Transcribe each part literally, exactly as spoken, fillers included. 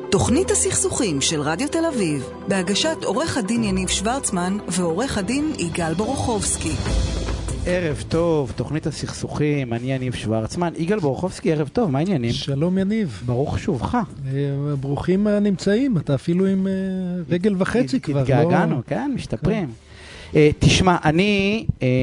תוכנית הסכסוכים של רדיו תל אביב, בהגשת עורך הדין יניב שוורצמן ועורך הדין יגאל בורוכובסקי. ערב טוב, תוכנית הסכסוכים, אני יניב שוורצמן. יגאל בורוכובסקי, ערב טוב, מה העניינים? שלום יניב. ברוך שובך. ברוכים הנמצאים, אתה אפילו עם רגל וחצי כבר. התגעגענו, כן, משתפרים. תשמע, אני,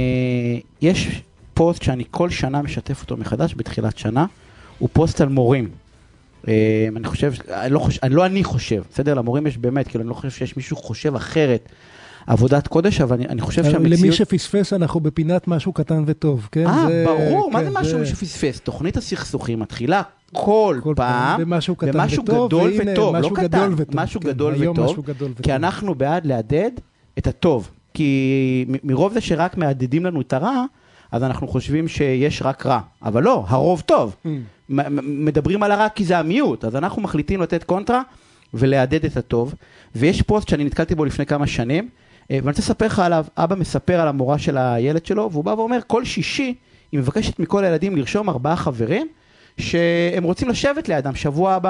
יש פוסט שאני כל שנה משתף אותו מחדש בתחילת שנה, הוא פוסט על מורים. אני חושב, לא אני חושב, בסדר, למורים יש באמת, כאילו אני לא חושב שיש מישהו חושב אחרת, עבודת קודש, אבל אני, אני חושב שהמציאות... למי שפספס, אנחנו בפינת משהו קטן וטוב, כן? אה, זה... ברור, כן, מה זה משהו זה... שפספס? תוכנית הסכסוכים מתחילה כל, כל פעם, פעם במשהו קטן במשהו וטוב, גדול והנה, וטוב, משהו לא גדול קטן, וטוב, משהו כן, גדול וטוב, וטוב, משהו גדול וטוב, כי אנחנו בעד לעדד את הטוב, כי מ- מרוב זה שרק מעדדים לנו את הרע, אז אנחנו חושבים שיש רק רע, אבל לא, הרוב טוב. Mm. מ- מדברים על הרע כי זה המיעוט, אז אנחנו מחליטים לתת קונטרה ולעדד את הטוב, ויש פוסט שאני נתקלתי בו לפני כמה שנים, ואני רוצה לספר לך עליו, אבא מספר על המורה של הילד שלו, והוא בא ואומר, כל שישי היא מבקשת מכל הילדים לרשום ארבעה חברים, שהם רוצים לשבת לידם שבוע הבא.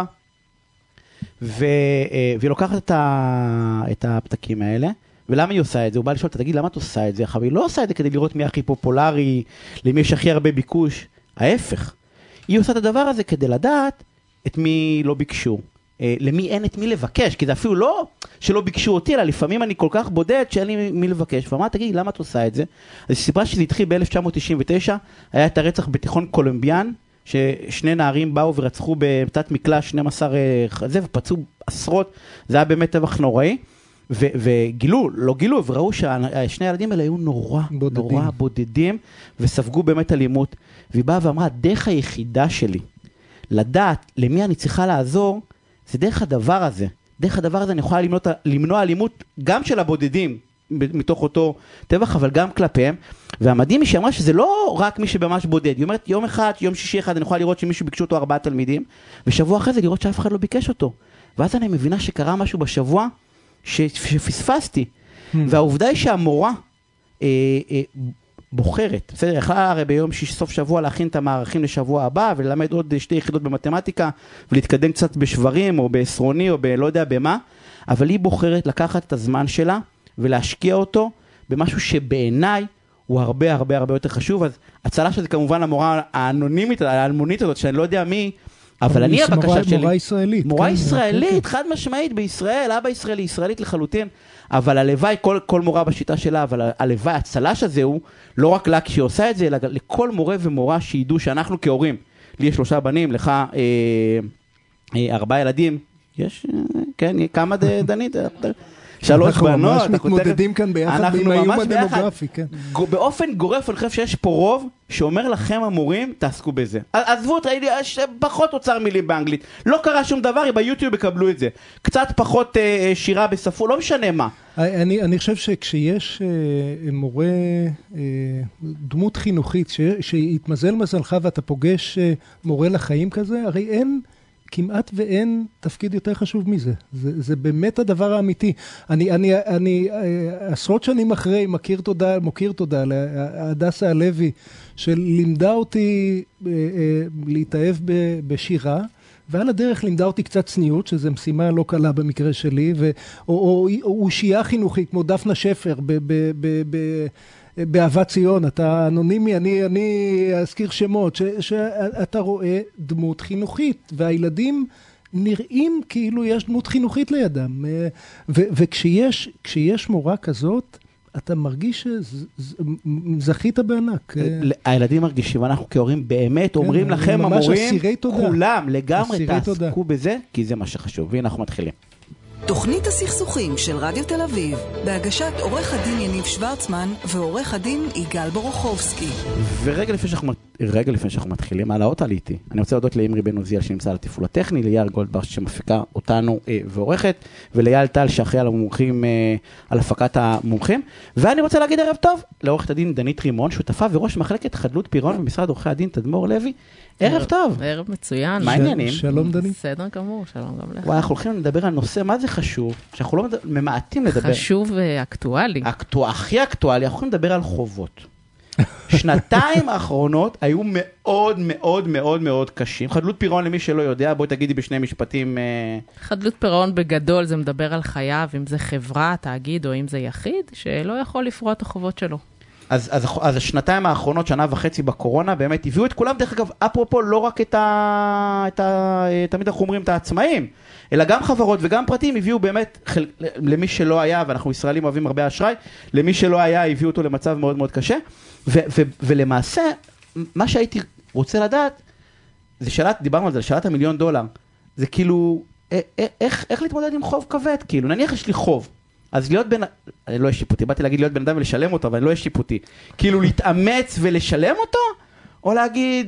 ו... והיא לוקחת את, ה... את הפתקים האלה, ולמה היא עושה את זה? הוא בא לשאול, תגיד, למה את עושה את זה? אבל היא לא עושה את זה כדי לראות מי הכי פופולרי, למי יש הכי הרבה ביקוש. ההפך. היא עושה את הדבר הזה כדי לדעת את מי לא ביקשו. למי אין את מי לבקש, כי זה אפילו לא שלא ביקשו אותי, אלא לפעמים אני כל כך בודד שאין לי מי לבקש. ואמרה, תגיד, למה את עושה את זה? אז היא סיפרה שזה התחיל ב-אלף תשע מאות תשעים ותשע, היה את הרצח בתיכון קולומביאן, ששני נערים באו ורצחו בתת מקלע שנים עשר זה, ופצעו עשרות, זה היה באמת טבח נוראי, ו- וגילו, לא גילו, וראו שהשני הילדים האלה היו נורא, בודדים. נורא בודדים, וספגו באמת אלימות. והיא באה ואמרה, הדרך היחידה שלי, לדעת למי אני צריכה לעזור, זה דרך הדבר הזה. דרך הדבר הזה אני יכולה למנוע, למנוע אלימות גם של הבודדים מתוך אותו טבח, אבל גם כלפיהם. והמדהים היא שאמרה שזה לא רק מי שבמש בודד. היא אומרת, יום אחד, יום שישי אחד, אני יכולה לראות שמישהו ביקשו אותו ארבעה תלמידים, ושבוע אחרי זה לראות שאף אחד לא ביקש אותו. ואז אני מבינה שקרה משהו בשבוע ש, שפספסתי. Hmm. והעובדה היא שהמורה אה, אה, בוחרת. בסדר, יכלה הרי ביום שיש סוף שבוע להכין את המערכים לשבוע הבא, וללמד עוד שתי יחידות במתמטיקה, ולהתקדם קצת בשברים, או בעשרוני, או בלא יודע במה, אבל היא בוחרת לקחת את הזמן שלה, ולהשקיע אותו במשהו שבעיניי הוא הרבה הרבה הרבה יותר חשוב. אז הצלה שזה כמובן המורה האנונימית, האלמונית הזאת, שאני לא יודע מי, אבל אני הבקשה שלי... מורה ישראלית. מורה ישראלית, חד משמעית בישראל, אבא ישראלי, ישראלית לחלוטין, אבל הלוואי, כל, כל מורה בשיטה שלה, אבל הלוואי, הצלש הזה הוא לא רק לה כשהיא עושה את זה, אלא לכל מורה ומורה שידעו שאנחנו כהורים, לי יש שלושה בנים, לך אה, אה, ארבעה ילדים, יש, כן, כמה דנית? שלוש בנות. אנחנו ממש מתמודדים כאן ביחד עם האיום הדמוגרפי, כן. באופן גורף, אני חושב שיש פה רוב שאומר לכם המורים, תעסקו בזה. עזבו, ראיתי, פחות אוצר מילים באנגלית. לא קרה שום דבר, ביוטיוב יקבלו את זה. קצת פחות שירה בספרות, לא משנה מה. אני, אני חושב שכשיש מורה, דמות חינוכית, שהתמזל מזלך ואתה פוגש מורה לחיים כזה, הרי אין... כמעט ואין תפקיד יותר חשוב מזה. זה, זה באמת הדבר האמיתי. אני, אני, אני, עשרות שנים אחרי, מכיר תודה, מוקיר תודה, להדסה הלוי, שלימדה אותי אה, אה, להתאהב ב, בשירה, ועל הדרך לימדה אותי קצת צניעות, שזו משימה לא קלה במקרה שלי, ו, או, או, או אושייה חינוכית, כמו דפנה שפר, ב... ב, ב, ב באהבת ציון, אתה אנונימי, אני, אני אזכיר שמות, ש, שאתה רואה דמות חינוכית, והילדים נראים כאילו יש דמות חינוכית לידם. ו, וכשיש, כשיש מורה כזאת, אתה מרגיש שזכית בענק. הילדים מרגישים, ואנחנו כהורים באמת אומרים לכם, המורים, כולם לגמרי תעסקו בזה, כי זה מה שחשוב. והנה אנחנו מתחילים. תוכנית הסכסוכים של רדיו תל אביב, בהגשת עורך הדין יניב שוורצמן ועורך הדין יגאל בורוכובסקי. ורגע לפני שאנחנו, רגע לפני שאנחנו מתחילים, על האות עליתי. אני רוצה להודות לאמרי בן עוזיאל שנמצא על התפעול הטכני, ליאל גולדברג שמפיקה אותנו אה, ועורכת, ולאייל טל שאחראי על המומחים, אה, על הפקת המומחים. ואני רוצה להגיד ערב טוב לעורכת הדין דנית רימון, שותפה וראש מחלקת חדלות פירעון במשרד עורכי הדין תדמור לוי. ערב טוב. ערב מצוין. מה העניינים? שלום דני. בסדר גמור, שלום גם לך. וואי, אנחנו הולכים לדבר על נושא, מה זה חשוב? שאנחנו לא ממעטים לדבר. חשוב ואקטואלי. הכי אקטואלי, אנחנו הולכים לדבר על חובות. שנתיים האחרונות היו מאוד מאוד מאוד מאוד קשים. חדלות פירעון למי שלא יודע, בואי תגידי בשני משפטים. חדלות פירעון בגדול זה מדבר על חייב, אם זה חברה, תאגיד או אם זה יחיד, שלא יכול לפרוע את החובות שלו. אז, אז, אז השנתיים האחרונות, שנה וחצי בקורונה, באמת הביאו את כולם, דרך אגב, אפרופו לא רק את ה... את ה... תמיד אנחנו אומרים את העצמאים, אלא גם חברות וגם פרטים הביאו באמת, חל... למי שלא היה, ואנחנו ישראלים אוהבים הרבה אשראי, למי שלא היה, הביאו אותו למצב מאוד מאוד קשה, ו... ו... ולמעשה, מה שהייתי רוצה לדעת, זה שאלת, דיברנו על זה, שאלת המיליון דולר, זה כאילו, איך, איך להתמודד עם חוב כבד, כאילו, נניח יש לי חוב, אז להיות בן... אני לא יש שיפוטי, באתי להגיד להיות בן אדם ולשלם אותו, אבל אני לא יש שיפוטי. כאילו להתאמץ ולשלם אותו, או להגיד,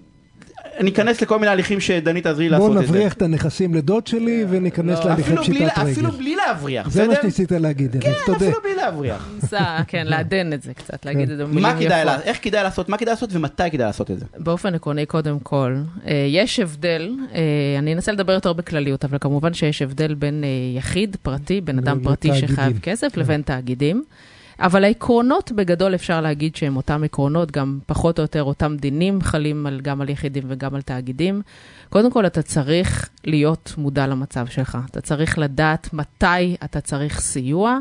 אני אכנס לכל מיני הליכים שדנית עזרי לעשות את זה. בוא נבריח את הנכסים לדוד שלי וניכנס להליכי פשיטת רגל. אפילו בלי להבריח, בסדר? זה מה שניסית להגיד, כן, תודה. אפילו בלי להבריח. כן, לעדן את זה קצת, להגיד את זה מה כדאי לעשות, איך כדאי לעשות, מה כדאי לעשות ומתי כדאי לעשות את זה? באופן עקרוני, קודם כל, יש הבדל, אני אנסה לדבר יותר בכלליות, אבל כמובן שיש הבדל בין יחיד, פרטי, בין אדם פרטי שחייב כסף, לבין תאגידים. אבל העקרונות בגדול אפשר להגיד שהם אותם עקרונות, גם פחות או יותר אותם דינים חלים על, גם על יחידים וגם על תאגידים. קודם כל אתה צריך להיות מודע למצב שלך. אתה צריך לדעת מתי אתה צריך סיוע,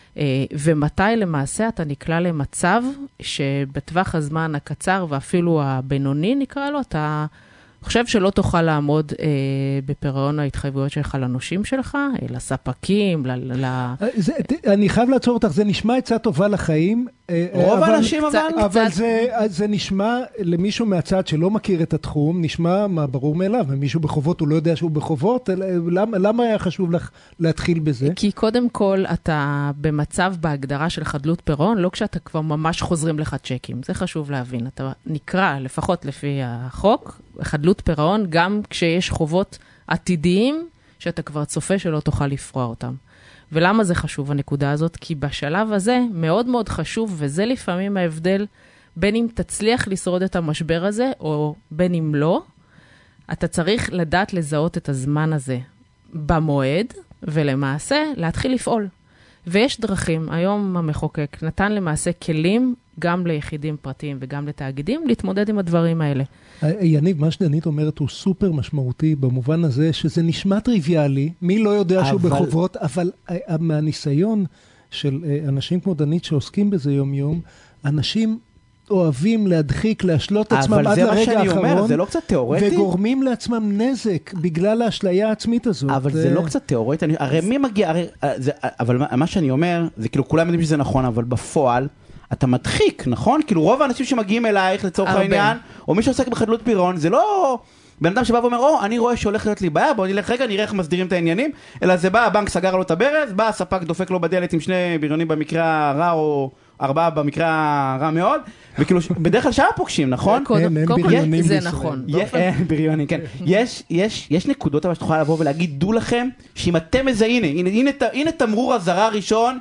ומתי למעשה אתה נקלע למצב שבטווח הזמן הקצר ואפילו הבינוני נקרא לו, אתה חושב שלא תוכל לעמוד אה, בפירעון ההתחייבויות שלך לנושים שלך, אה, לספקים, ל... ל... זה, אני חייב לעצור אותך, זה נשמע עצה טובה לחיים. רוב אבל, האנשים אבל... קצת, אבל קצת... זה, זה נשמע למישהו מהצד שלא מכיר את התחום, נשמע מה ברור מאליו, ומישהו בחובות הוא לא יודע שהוא בחובות, למה, למה היה חשוב לך להתחיל בזה? כי קודם כל אתה במצב בהגדרה של חדלות פירעון, לא כשאתה כבר ממש חוזרים לך צ'קים, זה חשוב להבין, אתה נקרא לפחות לפי החוק, חדלות פירעון גם כשיש חובות עתידיים שאתה כבר צופה שלא תוכל לפרוע אותם. ולמה זה חשוב הנקודה הזאת? כי בשלב הזה מאוד מאוד חשוב, וזה לפעמים ההבדל בין אם תצליח לשרוד את המשבר הזה, או בין אם לא, אתה צריך לדעת לזהות את הזמן הזה במועד, ולמעשה להתחיל לפעול. ויש דרכים, היום המחוקק נתן למעשה כלים, גם ליחידים פרטיים וגם לתאגידים, להתמודד עם הדברים האלה. יניב, מה שדנית אומרת הוא סופר משמעותי, במובן הזה שזה נשמע טריוויאלי, מי לא יודע שהוא אבל... בחובות, אבל מהניסיון של אנשים כמו דנית שעוסקים בזה יום יום, אנשים אוהבים להדחיק, להשלות עצמם עד לרגע האחרון, אומר, זה לא קצת תיאורטי? וגורמים לעצמם נזק בגלל האשליה העצמית הזאת. אבל זה לא קצת תיאורטי, אני, הרי מי מגיע, הרי, זה, אבל מה, מה שאני אומר, זה כאילו כולם יודעים שזה נכון, אבל בפועל, אתה מדחיק, נכון? כאילו רוב האנשים שמגיעים אלייך לצורך העניין, או מי שעוסק בחדלות פירעון, זה לא בן אדם שבא ואומר, או, אני רואה שהולך להיות לי בעיה, בוא נלך רגע, נראה איך מסדירים את העניינים, אלא זה בא, הבנק סגר לו את הברז, בא הספק דופק לו בדלת עם שני בריונים במקרה הרע, או ארבעה במקרה הרע מאוד, וכאילו, בדרך כלל שם פוגשים, נכון? אין, אין בריונים זה בישראל. נכון. אין בריונים, כן. יש, יש, יש נקודות אבל שתוכל לבוא ולהגיד, דו לכם, שאם אתם מזהים, הנה, הנה, הנה תמרור הזרה ראשון,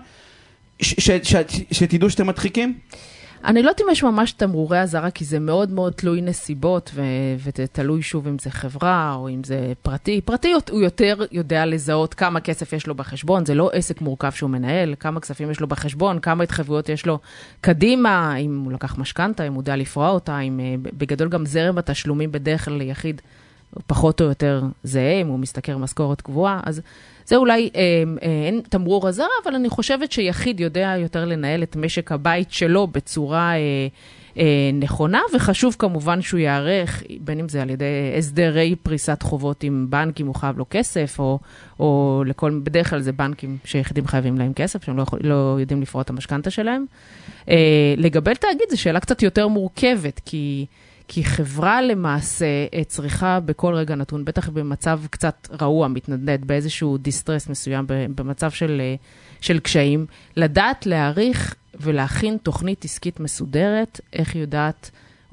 שתדעו שאתם מדחיקים? אני לא תימש ממש תמרורי הזרה, כי זה מאוד מאוד תלוי נסיבות, ותלוי שוב אם זה חברה או אם זה פרטי. פרטי הוא יותר יודע לזהות כמה כסף יש לו בחשבון, זה לא עסק מורכב שהוא מנהל, כמה כספים יש לו בחשבון, כמה התחייבויות יש לו קדימה, אם הוא לקח משכנתה, אם הוא יודע לפרוע אותה, אם בגדול גם זרם התשלומים בדרך כלל ליחיד פחות או יותר זהה, אם הוא מסתכר משכורת קבועה, אז זה אולי אה, אה, אין תמרור הזרה, אבל אני חושבת שיחיד יודע יותר לנהל את משק הבית שלו בצורה אה, אה, נכונה, וחשוב כמובן שהוא יערך, בין אם זה על ידי הסדרי פריסת חובות עם בנקים, הוא חייב לו כסף, או, או לכל, בדרך כלל זה בנקים שיחידים חייבים להם כסף, שהם לא, יכול, לא יודעים לפרוע את המשכנתה שלהם. אה, לגבי תאגיד, זו שאלה קצת יותר מורכבת, כי... כי חברה למעשה צריכה בכל רגע נתון, בטח במצב קצת רעוע, מתנדנד, באיזשהו דיסטרס מסוים, במצב של, של קשיים, לדעת להעריך ולהכין תוכנית עסקית מסודרת, איך יודעת,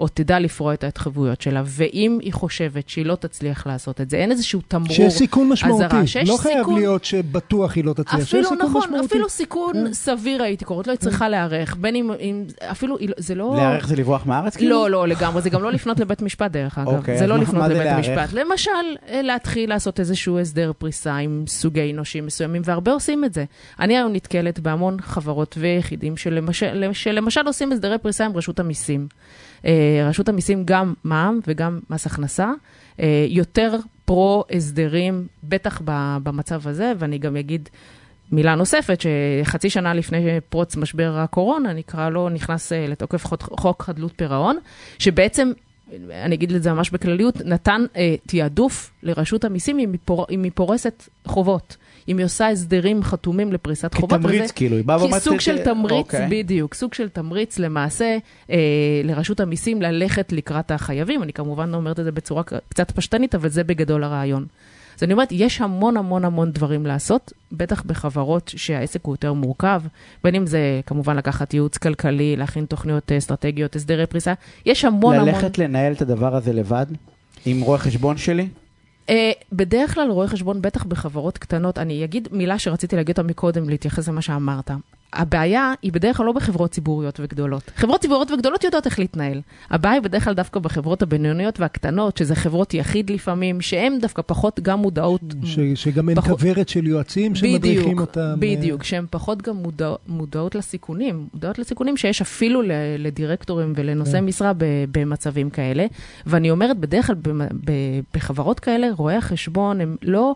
או תדע לפרוע את ההתחייבויות שלה, ואם היא חושבת שהיא לא תצליח לעשות את זה, אין איזשהו תמרור שיש סיכון משמעותי, שיש לא חייב סיכון... להיות שבטוח היא לא תצליח, אפילו, שיש סיכון נכון, משמעותי. אפילו סיכון סביר הייתי קוראת, לא היא צריכה להיערך, בין אם, אם אפילו, זה לא... להיערך זה לברוח מארץ? כאילו? לא, לא, לגמרי, זה גם לא לפנות לבית משפט דרך אגב, okay, זה לא מה, לפנות מה לבית להיערך? המשפט, למשל, להתחיל לעשות איזשהו הסדר פריסה עם סוגי נושים מסוימים, והרבה עושים את זה. אני היום נתקלת בהמון חברות ויחידים שלמשל, שלמשל עושים הסדרי פריסה עם רשות המיסים. רשות המיסים גם מע"מ וגם מס הכנסה, יותר פרו הסדרים, בטח במצב הזה, ואני גם אגיד מילה נוספת, שחצי שנה לפני פרוץ משבר הקורונה, נקרא לו, נכנס לתוקף חוק חדלות פירעון, שבעצם, אני אגיד לזה ממש בכלליות, נתן תיעדוף לרשות המיסים אם היא פורסת חובות. אם היא עושה הסדרים חתומים לפריסת חובות. כתמריץ כאילו, היא באה ואומרת... כסוג של תמריץ, אוקיי. בדיוק, סוג של תמריץ למעשה אה, לרשות המיסים ללכת לקראת החייבים. אני כמובן לא אומרת את זה בצורה קצת פשטנית, אבל זה בגדול הרעיון. אז אני אומרת, יש המון המון המון דברים לעשות, בטח בחברות שהעסק הוא יותר מורכב, בין אם זה כמובן לקחת ייעוץ כלכלי, להכין תוכניות אסטרטגיות, הסדרי פריסה. יש המון המון... ללכת לנהל את הדבר הזה לבד, עם רואה חשבון שלי? Uh, בדרך כלל רואה חשבון, בטח בחברות קטנות, אני אגיד מילה שרציתי להגיד אותה מקודם, להתייחס למה שאמרת. הבעיה היא בדרך כלל לא בחברות ציבוריות וגדולות. חברות ציבוריות וגדולות יודעות איך להתנהל. הבעיה היא בדרך כלל דווקא בחברות הבינוניות והקטנות, שזה חברות יחיד לפעמים, שהן דווקא פחות גם מודעות... ש, שגם אין פחות... כברת של יועצים שמדריכים בדיוק, אותם. בדיוק, שהן פחות גם מודע, מודעות לסיכונים. מודעות לסיכונים שיש אפילו לדירקטורים ולנושאי משרה במצבים כאלה. ואני אומרת, בדרך כלל בחברות כאלה, רואי החשבון הם לא...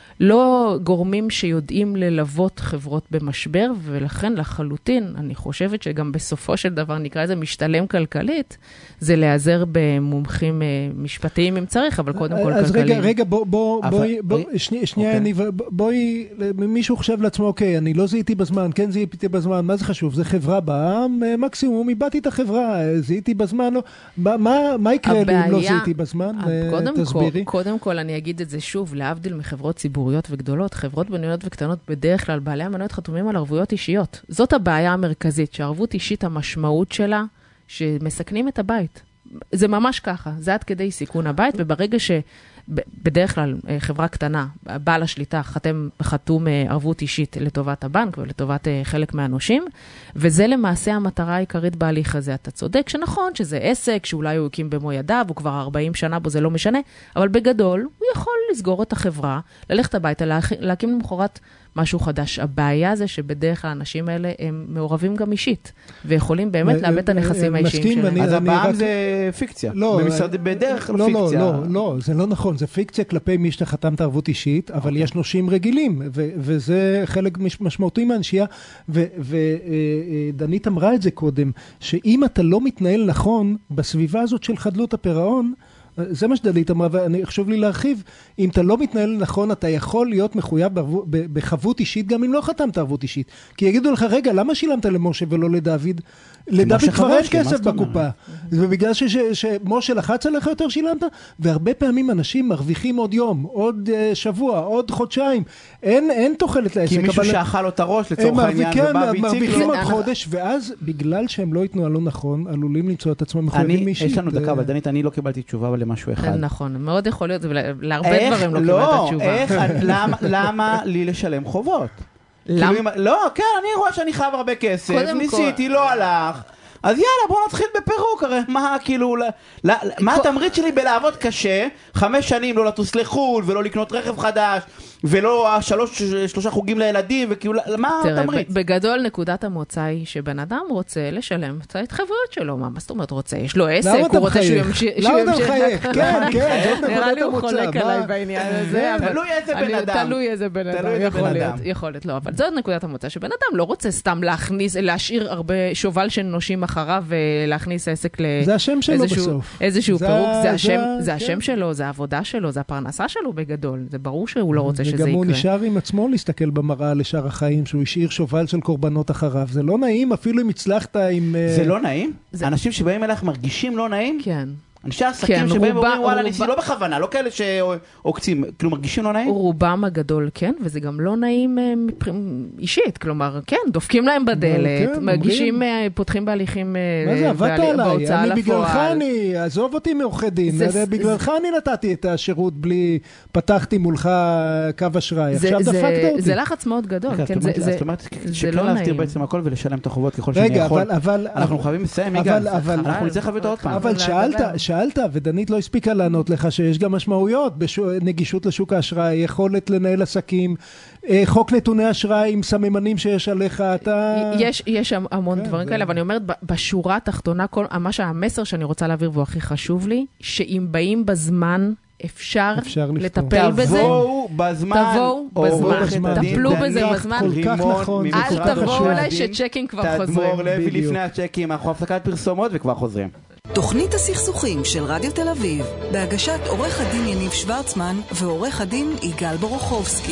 לא גורמים שיודעים ללוות חברות במשבר, ולכן לחלוטין, אני חושבת שגם בסופו של דבר נקרא איזה משתלם כלכלית, זה להיעזר במומחים משפטיים אם צריך, אבל קודם כל אז כלכליים. רגע, רגע, בוא, בוא, בואי, שנייה, אני, בואי, מישהו חושב לעצמו, אוקיי, אני לא זיהיתי בזמן, כן זיהיתי בזמן, מה זה חשוב? זה חברה בעם, מקסימום, איבדתי את החברה, זיהיתי בזמן, מה יקרה לי אם לא זיהיתי בזמן? תסבירי. קודם כל, אני אגיד את זה שוב, להבדיל מחברות ציבוריות, וגדולות, חברות בינוניות וקטנות, בדרך כלל בעלי המניות חתומים על ערבויות אישיות. זאת הבעיה המרכזית, שערבות אישית המשמעות שלה, שמסכנים את הבית. זה ממש ככה, זה עד כדי סיכון הבית, וברגע שבדרך כלל חברה קטנה, בעל השליטה חתם, חתום ערבות אישית לטובת הבנק ולטובת חלק מהנושים, וזה למעשה המטרה העיקרית בהליך הזה. אתה צודק שנכון, שזה עסק, שאולי הוא הקים במו ידיו, הוא כבר ארבעים שנה בו, זה לא משנה, אבל בגדול הוא יכול לסגור את החברה, ללכת הביתה, להקים למחרת משהו חדש. הבעיה זה שבדרך כלל האנשים האלה הם מעורבים גם אישית, ויכולים באמת לאבד את הנכסים האישיים שלהם. אז הפעם זה פיקציה. בדרך לא פיקציה. לא, לא, זה לא נכון. זה פיקציה כלפי מי שאתה חתמת ערבות אישית, אבל יש נושים רגילים, וזה חלק משמעותי מהנשייה, ודנית אמרה את זה קודם, שאם אתה לא מתנהל נכון בסביבה הזאת של חדלות הפירעון, זה מה שדלית אמרה, ואני חשוב לי להרחיב, אם אתה לא מתנהל נכון, אתה יכול להיות מחויב בחבות אישית, גם אם לא חתמת ערבות אישית. כי יגידו לך, רגע, למה שילמת למשה ולא לדוד? לדוד כבר אין כסף בקופה. ובגלל שמשה לחץ עליך יותר שילמת, והרבה פעמים אנשים מרוויחים עוד יום, עוד שבוע, עוד חודשיים. אין תוחלת לעסק. כי מישהו שאכל לו את הראש לצורך העניין, ובא והציג לו. מרוויחים עוד חודש, ואז בגלל שהם לא יתנהלו נכון, עלולים למצוא את עצמם מחויבים אישית. יש לנו דקה, אבל דנית, אני לא קיבלתי תשובה למשהו אחד. נכון, מאוד יכול להיות, להרבה דברים לא קיבלת תשובה. איך, למה לי לשלם חובות? לא, כן, אני רואה שאני חייב הרבה כסף, ניסיתי, לא הלך. אז יאללה, בוא נתחיל בפירוק, הרי מה, כאילו, מה התמריץ שלי בלעבוד קשה, חמש שנים לא לטוס לחול, ולא לקנות רכב חדש, ולא שלוש, שלושה חוגים לילדים, וכאילו, מה התמריץ? בגדול, נקודת המוצא היא שבן אדם רוצה לשלם את ההתחייבויות שלו, מה זאת אומרת רוצה? יש לו עסק, הוא רוצה שהוא ימשיך. למה אתה מחייך? כן, כן, זאת נראה לי נקודת הוא המוצא. חולק עליי בעניין הזה. תלוי איזה בן אדם. תלוי איזה בן אדם, יכול להיות, לא, אבל זאת נקודת המוצא שבן אדם לא רוצה סתם להכניס, להשאיר הרבה שובל של נושים אחריו ולהכניס עסק זה השם שלו בסוף. איזשהו פירוק, זה השם שלו, זה העבודה שלו, זה הפרנסה שלו בגדול. זה ברור שהוא לא רוצה שזה יקרה. וגם הוא נשאר עם עצמו להסתכל במראה לשאר החיים, שהוא השאיר שובל של קורבנות אחריו. זה לא נעים, אפילו אם הצלחת עם... זה לא נעים? אנשים שבאים אליך מרגישים לא נעים? כן. אנשי העסקים כן, שבאים רובה- ואומרים, וואלה, רובה- ניסי, לא בכוונה, לא כאלה שעוקצים, כאילו מרגישים לא נעים? רובם הגדול, כן, וזה גם לא נעים אה, מבח- אישית, כלומר, כן, דופקים להם בדלת, כן, מגישים, אומרים. אה, פותחים בהליכים אה, מה זה, עבדת בהלי- עליי, בהוצאה אני בגללך לפועל. אני, עזוב אותי מעורכי דין, זה- זה- בגללך אני נתתי את השירות בלי, פתחתי מולך קו אשראי, זה- עכשיו זה- דפקת אותי. זה לחץ מאוד גדול, רגע, כן, זאת זה- אומרת- זה זאת אומרת, זה שכן לא להסתיר נעים. בעצם הכל ולשלם את החובות ככל שאני רגע, יכול. אבל, אבל, אנחנו חייבים לסיים, אבל- יגאל. אבל- אנחנו נצטרך להביא אותו עוד פעם. אבל אבל שאלת, לדבר. שאלת, ודנית לא הספיקה לענות לך שיש גם משמעויות, נגישות לשוק האשראי, יכולת לנהל עסקים, אה, חוק נתוני אשראי עם סממנים שיש עליך, אתה... יש, יש שם המון כן, דברים זה- כאלה, אבל אני אומרת, ב- בשורה התחתונה, כל, מה שהמסר שאני רוצה להעביר, והוא הכי חשוב לי, שאם באים בזמן, אפשר, אפשר לפתור. לטפל בזה. תבואו בזמן. תבואו בזמן. עורכת הדין טפלו דנית בזה בזמן. כל כך רימון נכון, זה אל ממשרד כל כך תבואו חשוב. אליי הדין. שצ'קים כבר תדמור חוזרים. לוי בדיוק. לפני הצ'קים, אנחנו הפסקת פרסומות וכבר חוזרים. תוכנית הסכסוכים של רדיו תל אביב, בהגשת עורך הדין יניב שוורצמן ועורך הדין יגאל בורוכובסקי.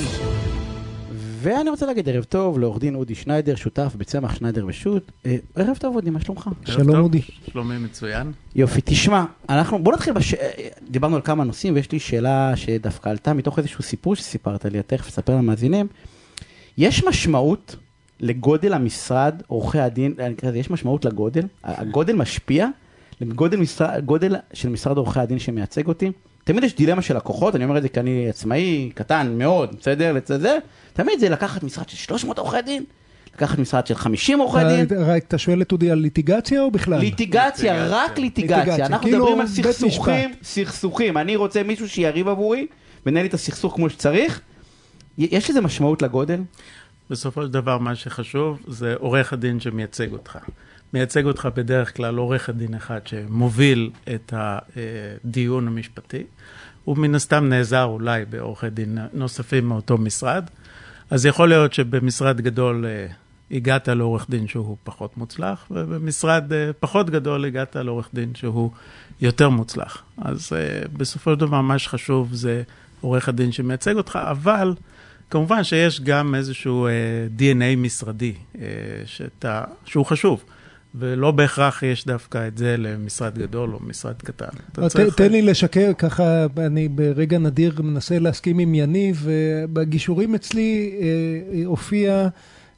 ואני רוצה להגיד ערב טוב לעורך דין אודי שניידר, שותף בצמח שניידר ושות'. אה, ערב טוב אודי, מה שלומך? שלום אודי. שלומי מצוין. יופי, תשמע, אנחנו, בוא נתחיל, בש... דיברנו על כמה נושאים, ויש לי שאלה שדווקא עלתה מתוך איזשהו סיפור שסיפרת לי, תכף אספר למאזינים. יש משמעות לגודל המשרד, עורכי הדין, אני אקרא לזה, יש משמעות לגודל? הגודל משפיע לגודל משרד, גודל של משרד עורכי הדין שמייצג אותי? תמיד יש דילמה של לקוחות, אני אומר את זה כי אני עצמאי, קטן מאוד, בסדר, לצד זה, תמיד זה לקחת משרד של שלוש מאות עורכי דין, לקחת משרד של חמישים עורכי דין. רק אתה שואל את אודי על ליטיגציה או בכלל? ליטיגציה, רק ליטיגציה. ליטיגציה, אנחנו כאילו מדברים על בית סכסוכים, משפט. סכסוכים. אני רוצה מישהו שיריב עבורי, ונהל לי את הסכסוך כמו שצריך. יש לזה משמעות לגודל? בסופו של דבר מה שחשוב זה עורך הדין שמייצג אותך. מייצג אותך בדרך כלל עורך הדין אחד שמוביל את הדיון המשפטי, ומן הסתם נעזר אולי בעורכי דין נוספים מאותו משרד. אז יכול להיות שבמשרד גדול הגעת לעורך דין שהוא פחות מוצלח, ובמשרד פחות גדול הגעת לעורך דין שהוא יותר מוצלח. אז בסופו של דבר מה שחשוב זה עורך הדין שמייצג אותך, אבל כמובן שיש גם איזשהו די אן איי משרדי שאתה, שהוא חשוב. ולא בהכרח יש דווקא את זה למשרד גדול או משרד קטן. תן לי לשקר, ככה אני ברגע נדיר מנסה להסכים עם יניב, בגישורים אצלי הופיע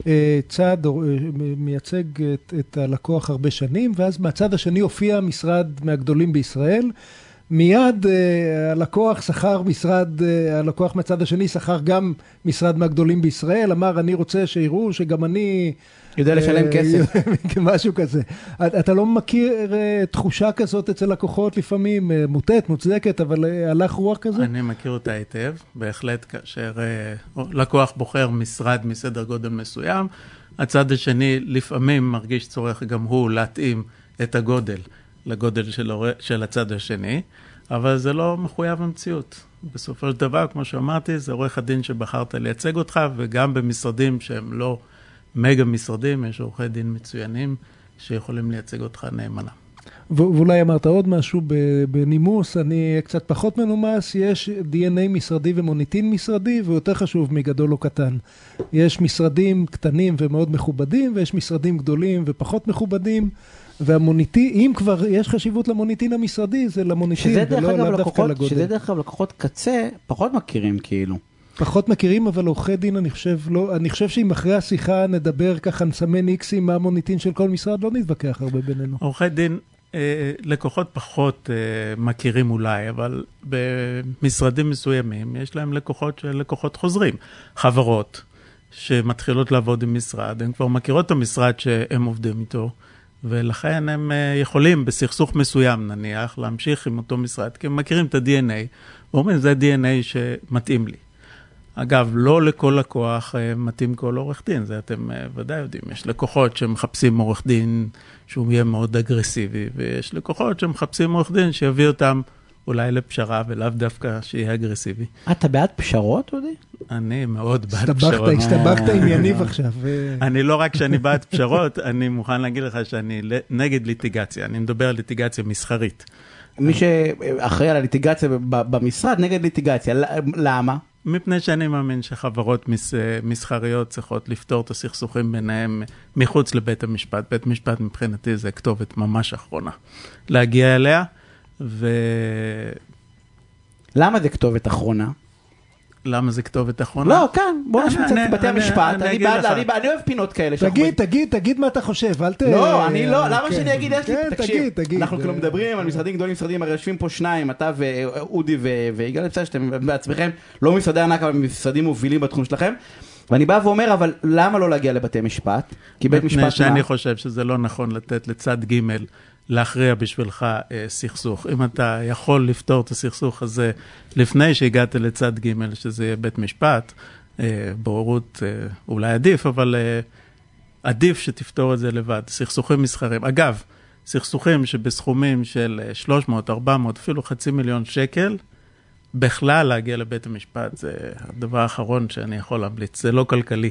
צד מייצג את הלקוח הרבה שנים, ואז מהצד השני הופיע משרד מהגדולים בישראל, מיד הלקוח שכר משרד, הלקוח מהצד השני שכר גם משרד מהגדולים בישראל, אמר אני רוצה שיראו שגם אני יודע לשלם כסף. משהו כזה. אתה לא מכיר תחושה כזאת אצל לקוחות לפעמים, מוטט, מוצדקת, אבל הלך רוח כזה? אני מכיר אותה היטב, בהחלט כאשר לקוח בוחר משרד מסדר גודל מסוים, הצד השני לפעמים מרגיש צורך גם הוא להתאים את הגודל לגודל של, של הצד השני, אבל זה לא מחויב המציאות. בסופו של דבר, כמו שאמרתי, זה עורך הדין שבחרת לייצג אותך, וגם במשרדים שהם לא מגה משרדים, יש עורכי דין מצוינים שיכולים לייצג אותך נאמנה. ואולי אמרת עוד משהו בנימוס, אני קצת פחות מנומס, יש די אן איי משרדי ומוניטין משרדי, ויותר חשוב מגדול או קטן. יש משרדים קטנים ומאוד מכובדים, ויש משרדים גדולים ופחות מכובדים, והמוניטין, אם כבר יש חשיבות למוניטין המשרדי, זה למוניטין, ולא לאו דווקא לגודל. שזה דרך אגב לקוחות קצה, פחות מכירים כאילו. פחות מכירים, אבל עורכי דין, אני חושב, לא, אני חושב שאם אחרי השיחה נדבר ככה, נסמן איקסים מה המוניטין של כל משרד, לא נתווכח הרבה בינינו. עורכי דין, אה, לקוחות פחות אה, מכירים אולי, אבל במשרדים מסוימים יש להם לקוחות של לקוחות חוזרים. חברות שמתחילות לעבוד עם משרד, הן כבר מכירות את המשרד שהם עובדים איתו, ולכן הם אה, יכולים בסכסוך מסוים נניח להמשיך עם אותו משרד, כי הם מכירים את ה-די אן איי, ואומרים זה די אן איי שמתאים לי. אגב, לא לכל לקוח מתאים כל עורך דין, זה אתם ודאי יודעים. יש לקוחות שמחפשים עורך דין שהוא יהיה מאוד אגרסיבי, ויש לקוחות שמחפשים עורך דין שיביא אותם אולי לפשרה, ולאו דווקא שיהיה אגרסיבי. אתה בעד פשרות, אודי? אני מאוד בעד פשרות. הסתבכת עם יניב עכשיו. אני לא רק שאני בעד פשרות, אני מוכן להגיד לך שאני נגד ליטיגציה. אני מדבר על ליטיגציה מסחרית. מי שאחראי על הליטיגציה במשרד, נגד ליטיגציה. למה? מפני שאני מאמין שחברות מסחריות צריכות לפתור את הסכסוכים ביניהם מחוץ לבית המשפט. בית המשפט מבחינתי זה כתובת ממש אחרונה. להגיע אליה, ו... למה זה כתובת אחרונה? למה זה כתובת אחרונה? לא, כאן, בוא נשמע קצת בתי המשפט, אני אוהב פינות כאלה. תגיד, תגיד, תגיד מה אתה חושב, אל ת... לא, אני לא, למה שאני אגיד, יש לי, תקשיב, אנחנו כאילו מדברים על משרדים גדולים, משרדים, הרי יושבים פה שניים, אתה ואודי ויגאל, בסדר שאתם בעצמכם, לא משרדי ענק, אבל משרדים מובילים בתחום שלכם, ואני בא ואומר, אבל למה לא להגיע לבתי משפט? כי בית משפט מה? שאני חושב שזה לא נכון לתת לצד ג' להכריע בשבילך אה, סכסוך. אם אתה יכול לפתור את הסכסוך הזה לפני שהגעת לצד ג' שזה יהיה בית משפט, אה, בוררות אה, אולי עדיף, אבל אה, עדיף שתפתור את זה לבד. סכסוכים מסחרים. אגב, סכסוכים שבסכומים של שלוש מאות, ארבע מאות, אפילו חצי מיליון שקל, בכלל להגיע לבית המשפט, זה הדבר האחרון שאני יכול להמליץ. זה לא כלכלי.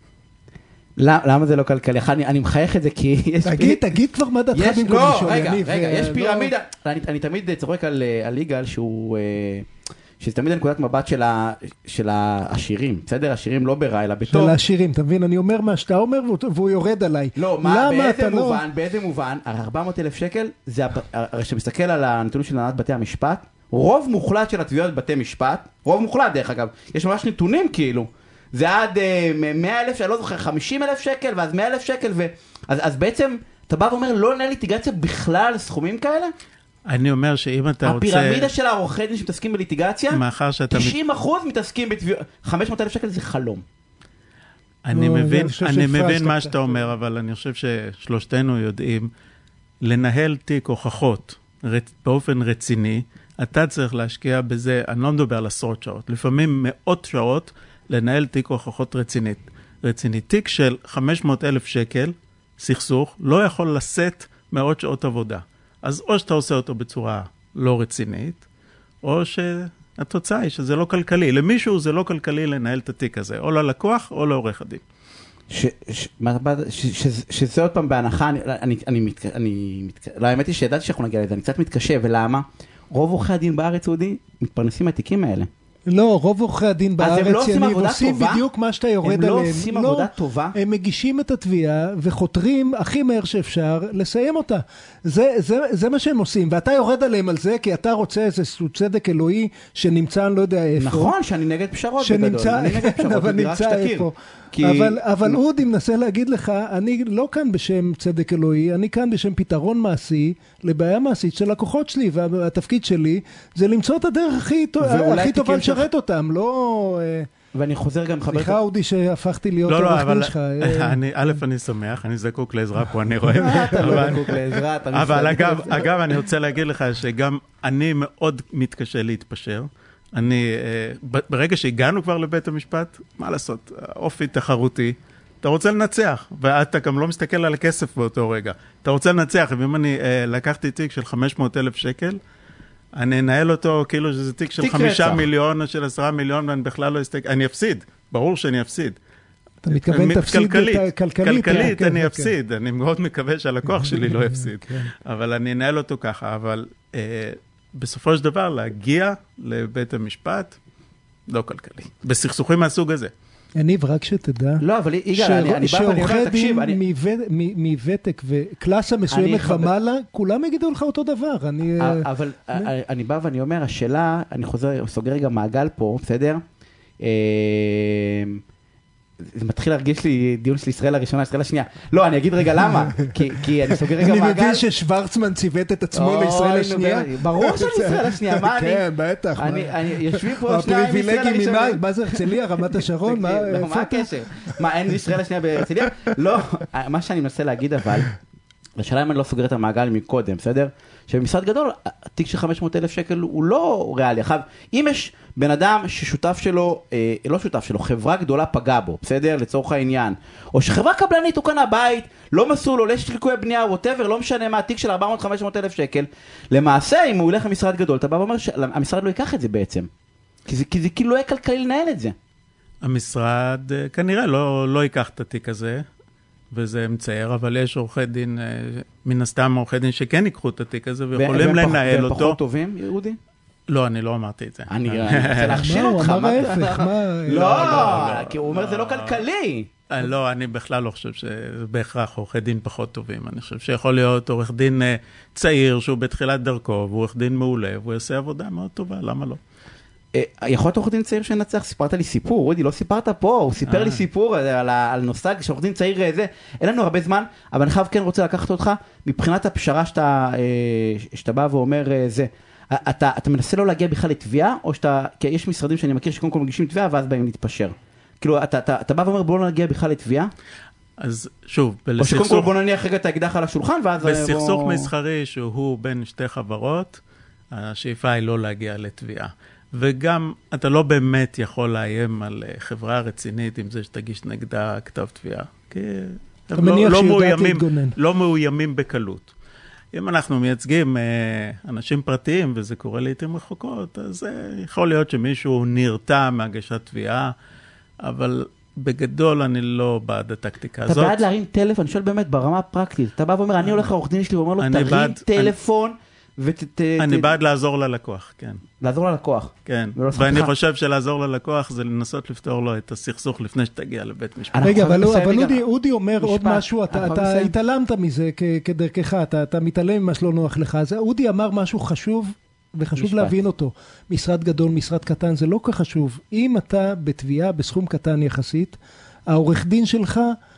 למה זה לא כלכלי? אני מחייך את זה כי יש... תגיד, תגיד כבר מה דעתך במקום לשאול. רגע, רגע, יש פירמידה. אני תמיד צוחק על יגאל שהוא... שזה תמיד הנקודת מבט של העשירים, בסדר? העשירים לא ברע, אלא בטוב. של העשירים, אתה מבין? אני אומר מה שאתה אומר והוא יורד עליי. לא, באיזה מובן, באיזה מובן, ארבע מאות אלף שקל, הרי שמסתכל על הנתונים של הנהלת בתי המשפט, רוב מוחלט של התביעות בבתי משפט, רוב מוחלט דרך אגב, יש ממש נתונים כאילו, זה עד מאה אלף, אני לא זוכר, חמישים אלף שקל, ואז מאה אלף שקל, אז בעצם אתה בא ואומר, לא נהיה ליטיגציה בכלל סכומים כאלה? אני אומר שאם אתה רוצה... הפירמידה של העורכי דין שמתעסקים בליטיגציה, תשעים אחוז מתעסקים בתביעות, חמש מאות אלף שקל זה חלום. אני מבין, אני מבין מה שאתה אומר, אבל אני חושב ששלושתנו יודעים, לנהל תיק הוכחות באופן רציני, אתה צריך להשקיע בזה, אני לא מדבר על עשרות שעות, לפעמים מאות שעות, לנהל תיק הוכחות רצינית. רצינית. תיק של חמש מאות אלף שקל, סכסוך, לא יכול לשאת מאות שעות עבודה. אז או שאתה עושה אותו בצורה לא רצינית, או שהתוצאה היא שזה לא כלכלי. למישהו זה לא כלכלי לנהל את התיק הזה, או ללקוח או לעורך הדין. שזה עוד פעם בהנחה, אני, לא, האמת היא שידעתי שאנחנו נגיע לזה, אני קצת מתקשה, ולמה? רוב עורכי הדין בארץ יהודי מתפרנסים מהתיקים האלה. לא, רוב עורכי הדין בארץ יניב עושים בדיוק מה שאתה יורד עליהם. הם לא עושים עבודה טובה? הם מגישים את התביעה וחותרים הכי מהר שאפשר לסיים אותה. זה, זה, זה מה שהם עושים, ואתה יורד עליהם על זה, כי אתה רוצה איזה צדק אלוהי שנמצא, אני לא יודע איפה. נכון, שאני נגד פשרות בגדול. אני נגד פשרות, בדירה שתכיר. כי... אבל, אבל אודי מנסה להגיד לך, אני לא כאן בשם צדק אלוהי, אני כאן בשם פתרון מעשי, לבעיה מעשית של לקוחות שלי, והתפקיד שלי זה למצוא את הדרך הכי, הכי טובה לשרת אותם, לא... ואני חוזר גם חבר... סליחה אודי שהפכתי להיות עורך דין שלך. א', אני שמח, אני זקוק לעזרה פה, אני רואה. אתה לא זקוק לעזרה, אתה אבל אגב, אני רוצה להגיד לך שגם אני מאוד מתקשה להתפשר. אני, ברגע שהגענו כבר לבית המשפט, מה לעשות? אופי תחרותי. אתה רוצה לנצח, ואתה גם לא מסתכל על הכסף באותו רגע. אתה רוצה לנצח, ואם אני לקחתי תיק של חמש מאות אלף שקל, אני אנהל אותו כאילו שזה תיק של חמישה מיליון או של עשרה מיליון, ואני בכלל לא אסתכל, אני אפסיד, ברור שאני אפסיד. אתה מתכוון תפסיד כלכלית. כלכלית אני אפסיד, אני מאוד מקווה שהלקוח שלי לא יפסיד, אבל אני אנהל אותו ככה, אבל בסופו של דבר להגיע לבית המשפט, לא כלכלי, בסכסוכים מהסוג הזה. יניב, רק שתדע, לא, אבל יגאל, אני בא ואני אומר, תקשיב, מוותק וקלאסה מסוימת ומעלה, כולם יגידו לך אותו דבר. אבל אני בא ואני אומר, השאלה, אני חוזר, סוגר רגע מעגל פה, בסדר? זה מתחיל להרגיש לי דיון של ישראל הראשונה, ישראל השנייה. לא, אני אגיד רגע למה, כי אני סוגר רגע מעגל. אני מבין ששוורצמן ציוות את עצמו לישראל השנייה. ברור שאני ישראל השנייה, מה אני? כן, בטח. יושבים פה שניים ישראל הראשונה. מה זה הרצליה, רמת השרון? מה הקשר? מה, אין ישראל השנייה בהרצליה? לא, מה שאני מנסה להגיד אבל, לשאלה אם אני לא סוגר את המעגל מקודם, בסדר? שבמשרד גדול, התיק של חמש מאות אלף שקל הוא לא ריאלי. עכשיו, אם יש בן אדם ששותף שלו, אה, לא שותף שלו, חברה גדולה פגע בו, בסדר? לצורך העניין. או שחברה קבלנית הוא קנה בית, לא מסור לו, יש ליקוי בנייה, whatever, לא משנה מה, התיק של ארבע מאות חמש מאות אלף שקל. למעשה, אם הוא הולך למשרד גדול, אתה בא ואומר שהמשרד לא ייקח את זה בעצם. כי זה, כי זה כאילו לא יהיה כלכלי לנהל את זה. המשרד כנראה לא, לא ייקח את התיק הזה. וזה מצער, אבל יש עורכי דין, מן הסתם עורכי דין שכן ייקחו את התיק הזה, ויכולים לנהל אותו. והם פחות טובים, יהודי? לא, אני לא אמרתי את זה. אני רוצה להכשיל אותך. הוא אמר ההפך, מה? לא, כי הוא אומר זה לא כלכלי. לא, אני בכלל לא חושב שבהכרח עורכי דין פחות טובים. אני חושב שיכול להיות עורך דין צעיר שהוא בתחילת דרכו, והוא עורך דין מעולה, והוא יעשה עבודה מאוד טובה, למה לא? יכול להיות עורך דין צעיר שנצח, סיפרת לי סיפור, רודי, לא סיפרת פה, הוא סיפר לי סיפור על נושג שעורך דין צעיר זה, אין לנו הרבה זמן, אבל אני חייב כן רוצה לקחת אותך, מבחינת הפשרה שאתה בא ואומר זה, אתה מנסה לא להגיע בכלל לתביעה, או שאתה, כי יש משרדים שאני מכיר שקודם כל מגישים תביעה, ואז באים להתפשר. כאילו, אתה בא ואומר בוא לא נגיע בכלל לתביעה? אז שוב, או שקודם כל בוא נניח רגע את האקדח על השולחן, ואז... בסכסוך מסחרי שהוא בין שתי חברות, השאיפה היא לא להגיע לתביעה. וגם אתה לא באמת יכול לאיים על חברה רצינית עם זה שתגיש נגדה כתב תביעה. כי הם לא, לא, מאוימים, לא מאוימים בקלות. אם אנחנו מייצגים אה, אנשים פרטיים, וזה קורה לעתים רחוקות, אז אה, יכול להיות שמישהו נרתע מהגשת תביעה, אבל בגדול אני לא בעד הטקטיקה הזאת. אתה בעד להרים טלפון, אני שואל באמת ברמה הפרקטית. אתה בא ואומר, אני הולך לעורך דין שלי, ואומר לו, תרים טלפון, ות... אני בעד לעזור ללקוח, כן. לעזור ללקוח. כן, ואני חושב שלעזור ללקוח זה לנסות לפתור לו את הסכסוך לפני שתגיע לבית משפט. רגע, אבל אודי אומר עוד משהו, אתה התעלמת מזה כדרכך, אתה מתעלם ממה שלא נוח לך. אודי אמר משהו חשוב, וחשוב להבין אותו. משרד גדול, משרד קטן, זה לא כך חשוב. אם אתה בתביעה בסכום קטן יחסית, העורך דין שלך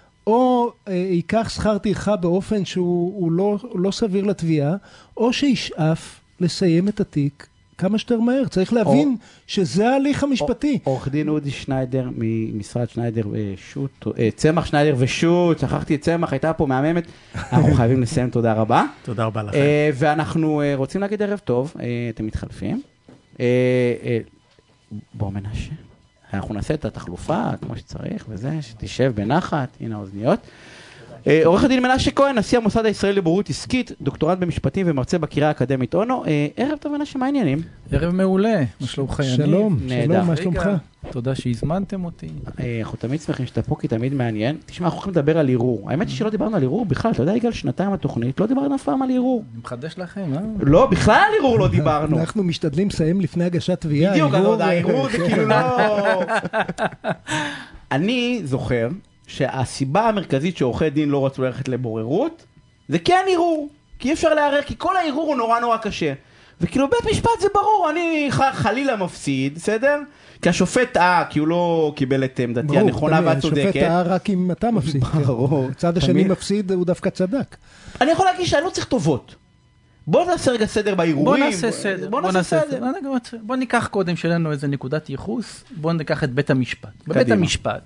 או אה, ייקח שכר טרחה באופן שהוא לא, לא סביר לתביעה, או שישאף לסיים את התיק כמה שיותר מהר. צריך להבין או, שזה ההליך המשפטי. עורך דין אודי שניידר ממשרד שניידר ושוט, צמח שניידר ושוט, שכחתי את צמח, הייתה פה מהממת. אנחנו חייבים לסיים, תודה רבה. תודה רבה לכם. אה, ואנחנו אה, רוצים להגיד ערב טוב, אה, אתם מתחלפים. אה, אה, בוא מנשה. אנחנו נעשה את התחלופה כמו שצריך, וזה, שתשב בנחת, הנה האוזניות. עורך הדין מנשה כהן, נשיא המוסד הישראלי לבוררות עסקית, דוקטורט במשפטים ומרצה בקריה האקדמית אונו. ערב טוב מנשה, מה העניינים? ערב מעולה, מה שלומך יניב? שלום, שלום, מה שלומך? תודה שהזמנתם אותי. אנחנו תמיד שמחים שאתה פה, כי תמיד מעניין. תשמע, אנחנו הולכים לדבר על ערעור. האמת היא שלא דיברנו על ערעור בכלל, אתה יודע, יגאל, שנתיים התוכנית, לא דיברנו אף פעם על ערעור. אני מחדש לכם, אה? לא, בכלל על ערעור לא דיברנו. אנחנו משתדלים לסיים לפני הגשת תביעה. בדיוק, הערעור זה כאילו לא... אני זוכר שהסיבה המרכזית שעורכי דין לא רצו ללכת לבוררות, זה כן ערעור. כי אי אפשר לערער, כי כל הערעור הוא נורא נורא קשה. וכאילו בית משפט זה ברור, אני חלילה מפסיד, בסדר? כי השופט טעה, כי הוא לא קיבל את עמדתי הנכונה והצודקת. השופט טעה רק אם אתה מפסיד. ברור. הצד השני מפסיד, הוא דווקא צדק. אני יכול להגיד שאני לא צריך טובות. בוא נעשה רגע סדר בערעורים. בוא נעשה סדר. בוא נעשה סדר. בוא ניקח קודם שלנו איזה נקודת ייחוס, בוא ניקח את בית המשפט. בבית המשפט.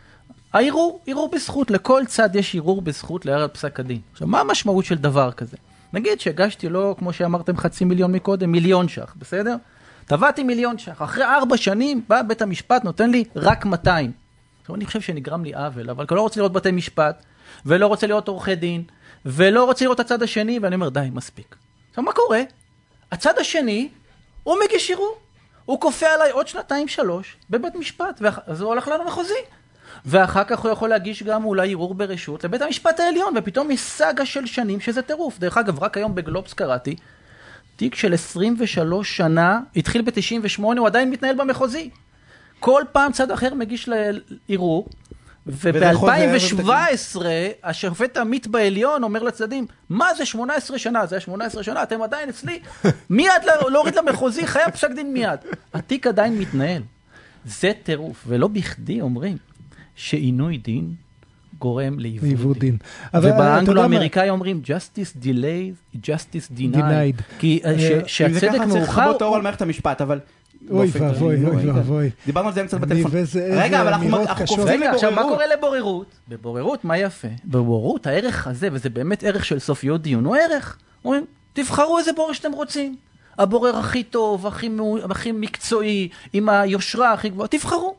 הערעור, ערעור בזכות, לכל צד יש ערעור בזכות לערער על פסק הדין. עכשיו, מה המשמעות של דבר כזה? נגיד שהגשתי לו, כמו שאמרתם, חצי מיליון מקודם, מיליון שח, בסדר? טבעתי מיליון שח. אחרי ארבע שנים, בא בית המשפט, נותן לי רק מאתיים. עכשיו, אני חושב שנגרם לי עוול, אבל לא רוצה לראות בתי משפט, ולא רוצה לראות עורכי דין, ולא רוצה לראות את הצד השני, ואני אומר, די, מספיק. עכשיו, מה קורה? הצד השני, הוא מגיש ערעור. הוא כופה עליי עוד שנתיים, שלוש, בבית משפט, ואז הוא הולך לנו מחוזי. ואחר כך הוא יכול להגיש גם אולי ערעור ברשות לבית המשפט העליון, ופתאום יש סאגה של שנים שזה טירוף. דרך אגב, רק היום בגלובס קראתי, תיק של עשרים ושלוש שנה, התחיל ב-תשעים ושמונה, הוא עדיין מתנהל במחוזי. כל פעם צד אחר מגיש לערעור, וב-אלפיים שבע עשרה השופט עמית בעליון אומר לצדדים, מה זה שמונה עשרה שנה? זה שמונה עשרה שנה, אתם עדיין אצלי, מיד להוריד למחוזי, חייב פסק דין מיד. התיק עדיין מתנהל. זה טירוף, ולא בכדי אומרים שעינוי דין גורם לעיוות דין. ובאנגלו-אמריקאי אומרים, justice delayed, justice denied. כי שהצדק מאוחר... אם זה ככה צריך לחבות אור על מערכת המשפט, אבל... אוי ואבוי, אוי ואבוי. דיברנו על זה אמצע בטלפון. רגע, אבל אנחנו קופצים לבוררות. עכשיו, מה קורה לבוררות? בבוררות, מה יפה? בבוררות, הערך הזה, וזה באמת ערך של סופיות דיון, הוא ערך. אומרים, תבחרו איזה בורר שאתם רוצים. הבורר הכי טוב, הכי מקצועי, עם היושרה הכי גבוהה, תבחרו.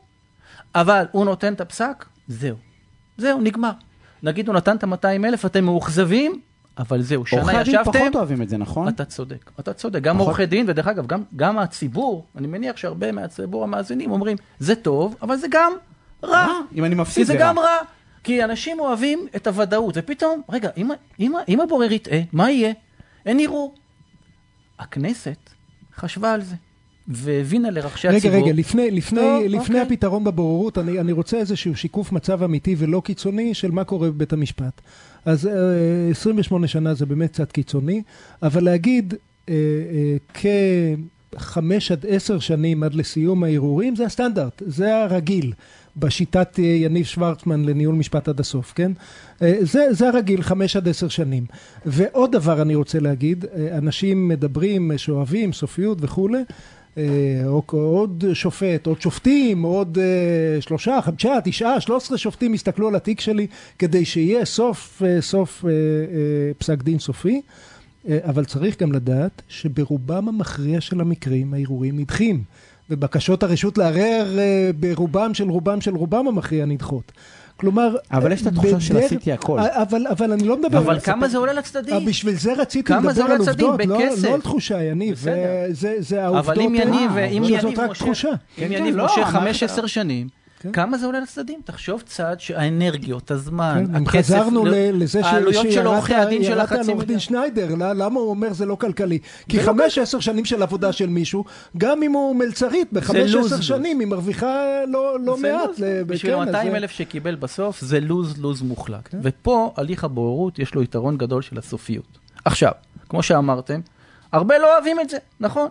אבל הוא נותן את הפסק, זהו. זהו, נגמר. נגיד, הוא נתן את ה-מאתיים אלף, אתם מאוכזבים, אבל זהו, שנה ישבתם. עורכי דין פחות אוהבים את זה, נכון? אתה צודק, אתה צודק. גם עורכי דין, ודרך אגב, גם, גם הציבור, אני מניח שהרבה מהציבור המאזינים אומרים, זה טוב, אבל זה גם רע. אם אני מפסיד זה, זה גם רע. כי אנשים אוהבים את הוודאות, ופתאום, רגע, אם, אם, אם הבורר יטעה, מה יהיה? אין ערעור. הכנסת חשבה על זה. והבינה לרחשי רגע, הציבור. רגע, רגע, לפני, לפני, טוב, לפני אוקיי. הפתרון בבוררות, אני, אני רוצה איזשהו שיקוף מצב אמיתי ולא קיצוני של מה קורה בבית המשפט. אז עשרים ושמונה שנה זה באמת קצת קיצוני, אבל להגיד אה, אה, כחמש עד עשר שנים עד לסיום הערעורים, זה הסטנדרט, זה הרגיל. בשיטת יניב שוורצמן לניהול משפט עד הסוף, כן? זה, זה הרגיל, חמש עד עשר שנים. ועוד דבר אני רוצה להגיד, אנשים מדברים, שאוהבים, סופיות וכו', עוד שופט, עוד שופטים, עוד שלושה, חמישה, תשעה, שלוש עשרה שופטים הסתכלו על התיק שלי, כדי שיהיה סוף, סוף פסק דין סופי, אבל צריך גם לדעת שברובם המכריע של המקרים, הערעורים נדחים. ובקשות הרשות לערער ברובם של רובם של רובם המכריע נדחות. כלומר... אבל יש את התחושה של עשיתי הכל. אבל, אבל אני לא מדבר... אבל כמה זה עולה לצדדים? בשביל זה רציתי לדבר על עובדות, לא על תחושה, יניב. זה העובדות... אבל אם יניב, אם יניב מושך חמש עשר שנים, כמה זה עולה לצדדים? תחשוב צעד שהאנרגיות, הזמן, הכסף, העלויות של עורכי הדין של החצי מיליון. עורך דין שניידר, למה הוא אומר זה לא כלכלי? כי חמש עשר שנים של עבודה של מישהו, גם אם הוא מלצרית, בחמש עשר שנים היא מרוויחה לא מעט. בשביל מאתיים אלף שקיבל בסוף, זה לוז לוז מוחלט. ופה הליך הבוררות יש לו יתרון גדול של הסופיות. עכשיו, כמו שאמרתם, הרבה לא אוהבים את זה, נכון?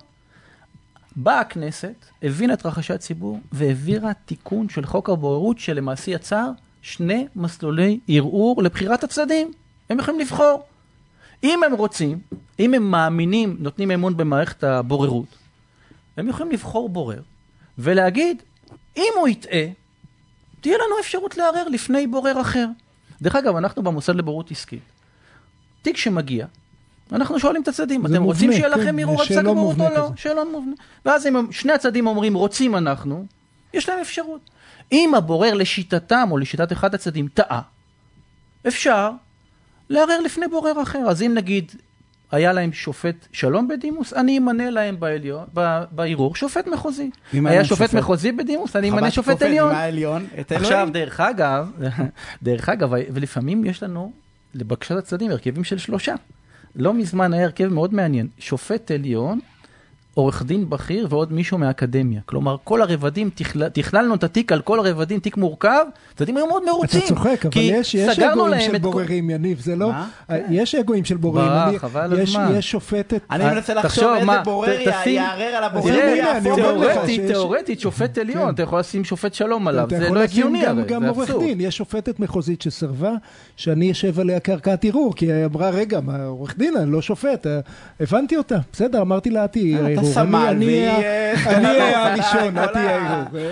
באה הכנסת, הבינה את רחשי הציבור, והעבירה תיקון של חוק הבוררות, שלמעשה יצר שני מסלולי ערעור לבחירת הצדדים. הם יכולים לבחור. אם הם רוצים, אם הם מאמינים, נותנים אמון במערכת הבוררות, הם יכולים לבחור בורר, ולהגיד, אם הוא יטעה, תהיה לנו אפשרות לערער לפני בורר אחר. דרך אגב, אנחנו במוסד לבוררות עסקית. תיק שמגיע, אנחנו שואלים את הצדדים, אתם רוצים שיהיה לכם ערעור על פסק הבוררות או לא? שאלון מובנה. ואז אם שני הצדדים אומרים, רוצים אנחנו, יש להם אפשרות. אם הבורר לשיטתם או לשיטת אחד הצדדים טעה, אפשר לערער לפני בורר אחר. אז אם נגיד, היה להם שופט שלום בדימוס, אני אמנה להם בערעור שופט מחוזי. היה שופט מחוזי בדימוס, אני אמנה שופט עליון. עכשיו, דרך אגב, דרך אגב, ולפעמים יש לנו, לבקשת הצדדים, הרכבים של שלושה. לא מזמן היה הרכב מאוד מעניין. שופט עליון, עורך דין בכיר ועוד מישהו מהאקדמיה. כלומר, כל הרבדים, תכללנו את התיק על כל הרבדים, תיק מורכב, הצדדים היו מאוד מרוצים. אתה צוחק, אבל יש אגואים של בוררים, יניב, זה לא... יש אגואים של בוררים. יש שופטת... אני מנסה לחשוב איזה בורר יערער על הבוררים. תיאורטית, שופט עליון, אתה יכול לשים שופט שלום עליו, זה לא הגיוני הרי, גם עורך דין, יש שופטת מחוזית שסרבה, שאני אשב עליה קרקעת ערעור, כי היא אמרה, רגע, עורך דין, אני לא שופט, הבנתי אותה, בסדר, אמרתי לה, אתה סמל, אני אהיה הראשון, את תהיה ערעור.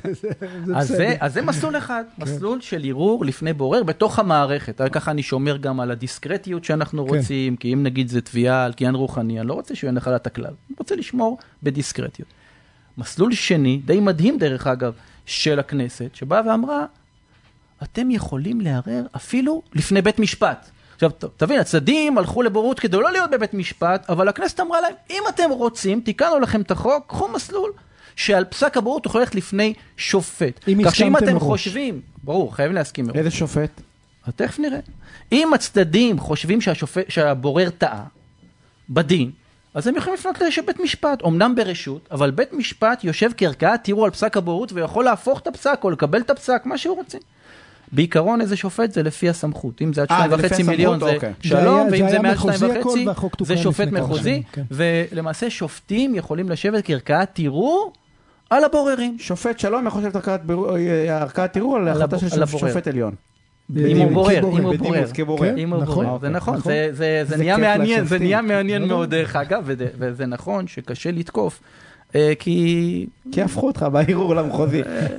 אז זה מסלול אחד, מסלול של ערעור לפני בורר בתוך המערכת. ככה אני שומר גם על הדיסקרטיות שאנחנו רוצים, כי אם נגיד זה תביעה על קניין רוחני, אני לא רוצה שהוא יהיה נחלת הכלל. אני רוצה לשמור בדיסקרטיות. מסלול שני, די מדהים דרך אגב, של הכנסת, שבאה ואמרה, אתם יכולים לערער אפילו לפני בית משפט. עכשיו, תבין, הצדדים הלכו לבוררות כדי לא להיות בבית משפט, אבל הכנסת אמרה להם, אם אתם רוצים, תיקנו לכם את החוק, קחו מסלול, שעל פסק הבוררות הוא הולך לפני שופט. כך שאם אתם חושבים, ברור, חייבים להסכים. איזה שופט? תכף נראה. אם הצדדים חושבים שהבורר טעה בדין, אז הם יכולים לפנות לבית משפט, אמנם ברשות, אבל בית משפט יושב כערכאה, תראו על פסק הבוררות, ויכול להפוך את הפסק או לקבל את הפסק, מה שהוא רוצה. בעיקרון איזה שופט זה לפי הסמכות. אם זה עד שתיים וחצי מיליון זה שלום, ואם זה מעל שתיים וחצי זה שופט מחוזי, ולמעשה שופטים יכולים לשבת כערכאת ערעור על הבוררים. שופט שלום יכול לשבת ערכאת ערעור על החלטה של שופט עליון. אם הוא בורר, אם הוא בורר. אם הוא בורר, זה נכון, זה נהיה מעניין, זה נהיה מעניין מאוד דרך אגב, וזה נכון שקשה לתקוף. כי... כי הפכו אותך בערעור למחוזי.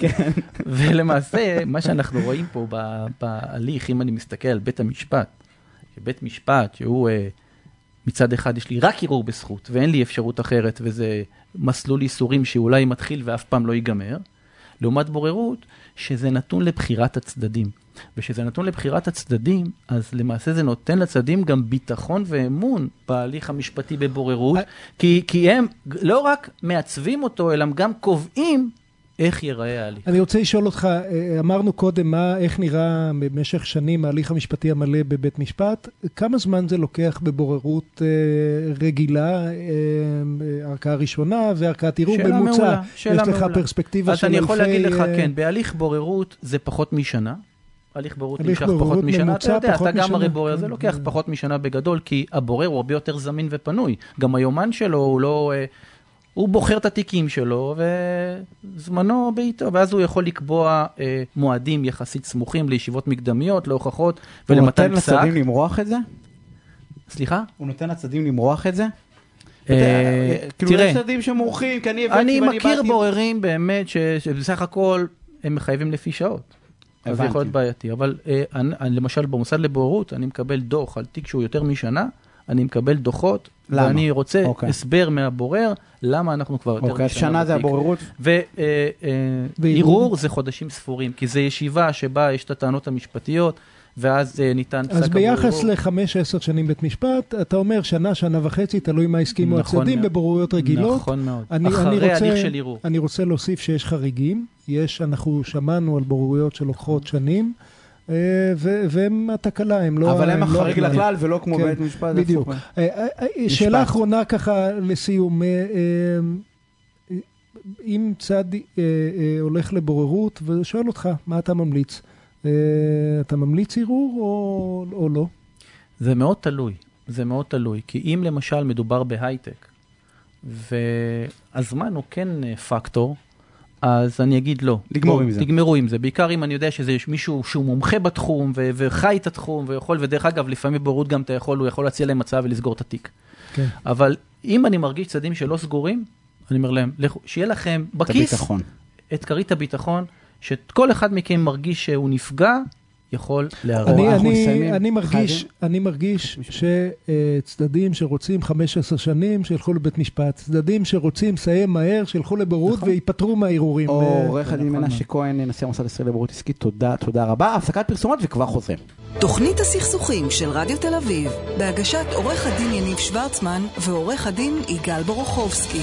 ולמעשה, מה שאנחנו רואים פה בהליך, אם אני מסתכל על בית המשפט, בית משפט שהוא מצד אחד יש לי רק ערעור בזכות, ואין לי אפשרות אחרת, וזה מסלול איסורים שאולי מתחיל ואף פעם לא ייגמר, לעומת בוררות, שזה נתון לבחירת הצדדים. ושזה נתון לבחירת הצדדים, אז למעשה זה נותן לצדדים גם ביטחון ואמון בהליך המשפטי בבוררות, כי, כי הם לא רק מעצבים אותו, אלא גם קובעים איך ייראה ההליך. אני רוצה לשאול אותך, אמרנו קודם, מה, איך נראה במשך שנים ההליך המשפטי המלא בבית משפט, כמה זמן זה לוקח בבוררות רגילה, ערכאה ראשונה וערכאת ערעור ממוצע? יש לך פרספקטיבה של אלפי... אז אני יכול להגיד לך, כן, בהליך בוררות זה פחות משנה, הליך בוררות נמשך פחות משנה, אתה יודע, אתה גם הרי בורר, זה לוקח פחות משנה בגדול, כי הבורר הוא הרבה יותר זמין ופנוי, גם היומן שלו הוא לא... הוא בוחר את התיקים שלו, וזמנו בעיתו, ואז הוא יכול לקבוע אה, מועדים יחסית סמוכים לישיבות מקדמיות, להוכחות ולמתן פסק. הוא נותן לצדדים למרוח את זה? סליחה? הוא נותן לצדדים למרוח את זה? אה, כאילו יש צדדים שמורחים, כי אני הבאתי ואני באתי... אני מכיר בוררים באמת שבסך הכל הם מחייבים לפי שעות. אז זה יכול להיות בעייתי, אבל אה, אני, למשל במוסד לבוררות, אני מקבל דוח על תיק שהוא יותר משנה, אני מקבל דוחות, למה? ואני רוצה okay. הסבר מהבורר, למה אנחנו כבר יותר okay, משנה שנה בתיק. זה הבוררות. וערעור זה חודשים ספורים, כי זה ישיבה שבה יש את הטענות המשפטיות, ואז ניתן פסק הבוררות. אז ביחס לחמש עשר שנים בית משפט, אתה אומר שנה, שנה וחצי, תלוי מה הסכימו נכון הצדדים בבוררויות רגילות. נכון מאוד. אני, אחרי אני רוצה, הליך של ערעור. אני רוצה להוסיף שיש חריגים, יש, אנחנו שמענו על בוררויות שלוקחות שנים, והם התקלה, הם לא... אבל הם החריג לכלל ולא כמו בית משפט. בדיוק. שאלה אחרונה ככה לסיום, אם צד הולך לבוררות, ושואל אותך, מה אתה ממליץ? אתה ממליץ ערעור או לא? זה מאוד תלוי, זה מאוד תלוי, כי אם למשל מדובר בהייטק, והזמן הוא כן פקטור, אז אני אגיד לא. לגמור עם זה. תגמרו עם זה. בעיקר אם אני יודע שזה מישהו שהוא מומחה בתחום, ו- וחי את התחום, ויכול, ודרך אגב, לפעמים בבוררות גם אתה יכול, הוא יכול להציע להם מצב ולסגור את התיק. כן. אבל אם אני מרגיש צדדים שלא סגורים, אני אומר להם, שיהיה לכם בכיס, הביטחון. את כרית הביטחון, שכל אחד מכם מרגיש שהוא נפגע, יכול לערער. אני, אני, אני מרגיש, אני מרגיש שצדדים שרוצים חמש עשרה שנים שילכו לבית משפט, צדדים שרוצים לסיים מהר שילכו לבוררות ויפטרו מהערעורים. עורך הדין מנשה כהן, נשיא המוסד הישראלי לבוררות עסקית, תודה, תודה רבה. הפסקת פרסומות וכבר חוזרים. תוכנית הסכסוכים של רדיו תל אביב, בהגשת עורך הדין יניב שוורצמן ועורך הדין יגאל בורוכובסקי.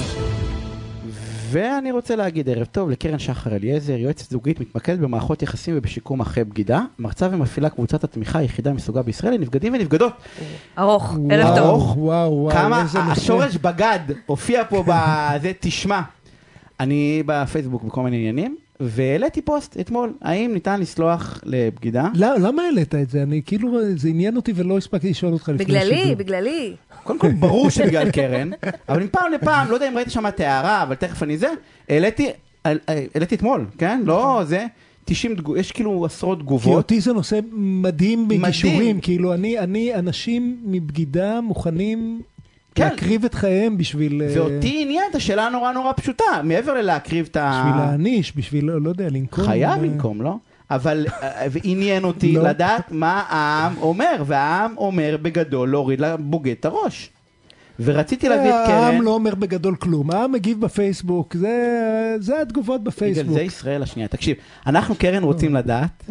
ואני רוצה להגיד ערב טוב לקרן שחר אליעזר, יועצת זוגית מתמקדת במערכות יחסים ובשיקום אחרי בגידה, מרצה ומפעילה קבוצת התמיכה היחידה מסוגה בישראל לנפגדים ונפגדות. ארוך, ערב טוב. ארוך, כמה השורש בגד הופיע פה בזה, תשמע. אני בפייסבוק בכל מיני עניינים, והעליתי פוסט אתמול, האם ניתן לסלוח לבגידה? למה העלית את זה? אני כאילו, זה עניין אותי ולא הספקתי לשאול אותך לפני שידור. בגללי, בגללי. קודם כל, ברור שבגלל קרן, אבל מפעם לפעם, לא יודע אם ראיתי שם תארה, אבל תכף אני זה, העליתי, העליתי אתמול, כן? לא, זה, תשעים, יש כאילו עשרות תגובות. כי אותי זה נושא מדהים בגישורים, כאילו אני, אני, אנשים מבגידה מוכנים להקריב את חייהם בשביל... ואותי עניין את השאלה נורא נורא פשוטה, מעבר ללהקריב את ה... בשביל להעניש, בשביל, לא יודע, לנקום. חייב לנקום, לא? אבל עניין אותי לדעת מה העם אומר, והעם אומר בגדול להוריד לבוגד את הראש. ורציתי להביא את קרן... העם לא אומר בגדול כלום, העם מגיב בפייסבוק, זה התגובות בפייסבוק. בגלל זה ישראל השנייה. תקשיב, אנחנו קרן רוצים לדעת...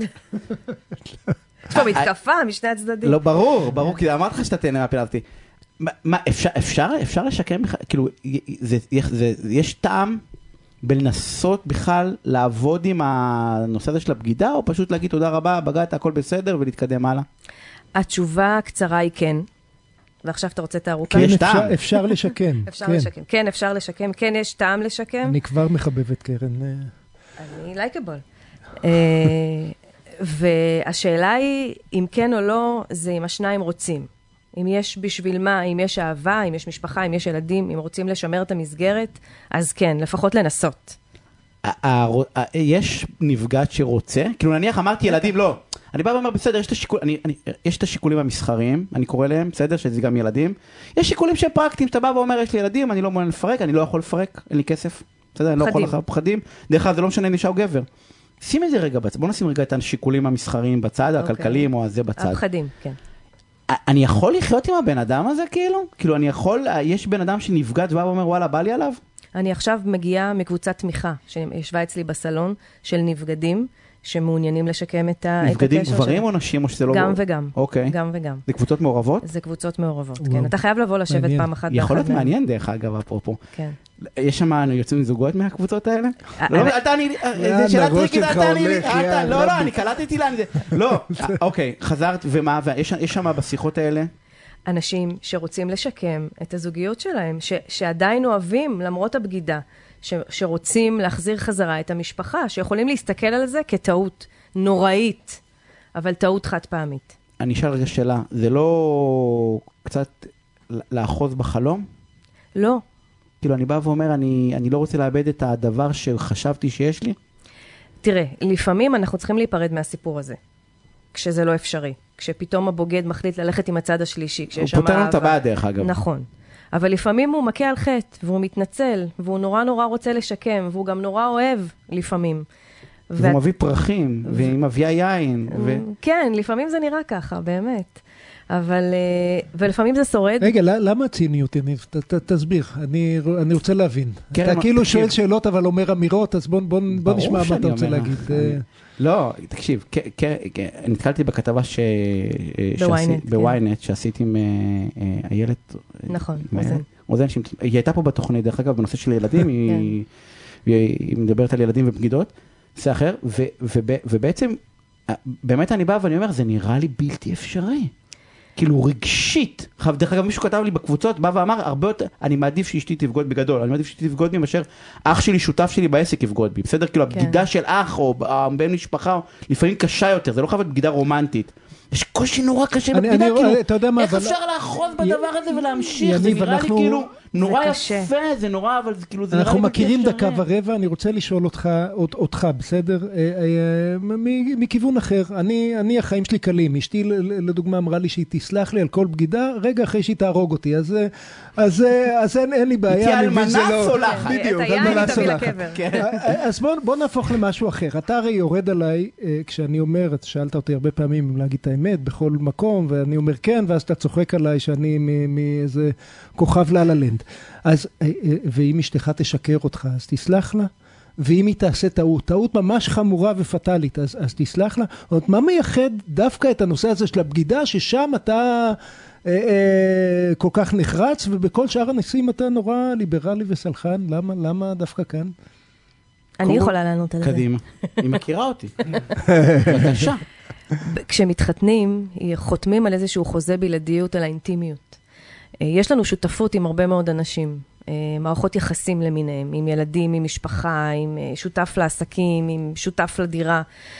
יש פה מתקפה משני הצדדים. לא, ברור, ברור, כי אמרת לך שאתה תהנה מהפילבתי. מה, אפשר, אפשר, אפשר לשקם, כאילו, זה, זה, יש טעם בלנסות בכלל לעבוד עם הנושא הזה של הבגידה, או פשוט להגיד תודה רבה, בגדת, הכל בסדר, ולהתקדם הלאה? התשובה הקצרה היא כן. ועכשיו אתה רוצה את הארוכה? כן, אפשר, אפשר לשקם. אפשר כן. לשקם. כן, אפשר לשקם. כן, יש טעם לשקם. אני כבר מחבבת קרן. אני לייקבול. והשאלה היא, אם כן או לא, זה אם השניים רוצים. אם יש בשביל מה, אם יש אהבה, אם יש משפחה, אם יש ילדים, אם רוצים לשמר את המסגרת, אז כן, לפחות לנסות. יש נפגעת שרוצה? כאילו נניח אמרתי ילדים, לא. אני בא ואומר, בסדר, יש את, השיקול, אני, אני, יש את השיקולים המסחריים, אני קורא להם, בסדר, שזה גם ילדים. יש שיקולים שהם פרקטיים, שאתה בא ואומר, יש לי ילדים, אני לא מעוניין לפרק, אני לא יכול לפרק, אין לי כסף. בסדר, אני לא יכול אחר פחדים. דרך כלל, זה לא משנה אם אישה או גבר. שים את זה רגע בצד, בוא נשים רגע את השיקולים המסחריים בצד, הכלכליים או הזה בצד. הפחדים, כן. אני יכול לחיות עם הבן אדם הזה, כאילו? כאילו, אני יכול, יש בן אדם שנפגע ובא ואומר, וואלה, בא לי עליו? אני עכשיו מגיעה מקבוצת תמיכה, שישבה אצלי בסלון, של נבגדים, שמעוניינים לשקם את הקשר. נבגדים גברים או נשים או שזה לא... גם וגם. אוקיי. גם וגם. זה קבוצות מעורבות? זה קבוצות מעורבות, כן. אתה חייב לבוא לשבת פעם אחת. יכול להיות מעניין דרך אגב, אפרופו. כן. יש שם, יוצאים מזוגות מהקבוצות האלה? לא, אל תעני לי, זה שאלה טריקית, אל תעני לי. לא, לא, אני קלטתי לה, לא, אוקיי, חזרת, ומה, יש שם בשיחות האלה? אנשים שרוצים לשקם את הזוגיות שלהם, שעדיין אוהבים למרות הבגידה. שרוצים להחזיר חזרה את המשפחה, שיכולים להסתכל על זה כטעות נוראית, אבל טעות חד פעמית. אני אשאל רגע שאלה, זה לא קצת לאחוז בחלום? לא. כאילו אני בא ואומר, אני, אני לא רוצה לאבד את הדבר שחשבתי שיש לי? תראה, לפעמים אנחנו צריכים להיפרד מהסיפור הזה, כשזה לא אפשרי. כשפתאום הבוגד מחליט ללכת עם הצד השלישי. הוא פותר לנו את הבעיה דרך אגב. נכון. אבל לפעמים הוא מכה על חטא, והוא מתנצל, והוא נורא נורא רוצה לשקם, והוא גם נורא אוהב לפעמים. והוא מביא פרחים, והיא מביאה יין. כן, לפעמים זה נראה ככה, באמת. אבל, ולפעמים זה שורד. רגע, למה הציניות, יניב? תסביר, אני רוצה להבין. אתה כאילו שואל שאלות, אבל אומר אמירות, אז בוא נשמע מה אתה רוצה להגיד. לא, תקשיב, נתקלתי בכתבה בוויינט, שעשיתי עם איילת... נכון, אוזן. אוזן, היא הייתה פה בתוכנית, דרך אגב, בנושא של ילדים, היא מדברת על ילדים ובגידות, זה אחר, ובעצם, באמת אני בא ואני אומר, זה נראה לי בלתי אפשרי. כאילו רגשית. דרך אגב, מישהו כתב לי בקבוצות, בא ואמר, הרבה יותר, אני מעדיף שאשתי תבגוד בגדול, אני מעדיף שאשתי תבגוד בי, מאשר אח שלי, שותף שלי בעסק יבגוד בי, בסדר? כאילו, הבגידה של אח, או בן משפחה, לפעמים קשה יותר, זה לא חייבת בגידה רומנטית. יש קושי נורא קשה בבגידה, כאילו, איך אפשר לאחוז בדבר הזה ולהמשיך? זה נראה לי כאילו נורא יפה, זה נורא, אבל זה כאילו, זה נראה לי... אנחנו מכירים דקה ורבע, אני רוצה לשאול אותך, בסדר? מכיוון אחר, אני, החיים שלי קלים, אשתי לדוגמה אמרה לי שהיא תסלח לי על כל בגידה, רגע אחרי שהיא תהרוג אותי, אז אין לי בעיה. היא אלמנה סולחת. בדיוק, אלמנה סולחת. אז בוא נהפוך למשהו אחר. אתה הרי יורד עליי, כשאני אומר, שאלת אותי הרבה פעמים אם להגיד את האמת, בכל מקום, ואני אומר כן, ואז אתה צוחק עליי שאני מאיזה כוכב לה ללנד. אז, ואם אשתך תשקר אותך, אז תסלח לה. ואם היא תעשה טעות, טעות ממש חמורה ופטלית, אז, אז תסלח לה. עוד מה מייחד דווקא את הנושא הזה של הבגידה, ששם אתה אה, אה, כל כך נחרץ, ובכל שאר הנושאים אתה נורא ליברלי וסלחן. למה, למה דווקא כאן? אני יכולה לענות על זה. קדימה. היא מכירה אותי. בבקשה. כשמתחתנים, חותמים על איזשהו חוזה בלעדיות, על האינטימיות. יש לנו שותפות עם הרבה מאוד אנשים, מערכות יחסים למיניהם, עם ילדים, עם משפחה, עם שותף לעסקים, עם שותף לדירה.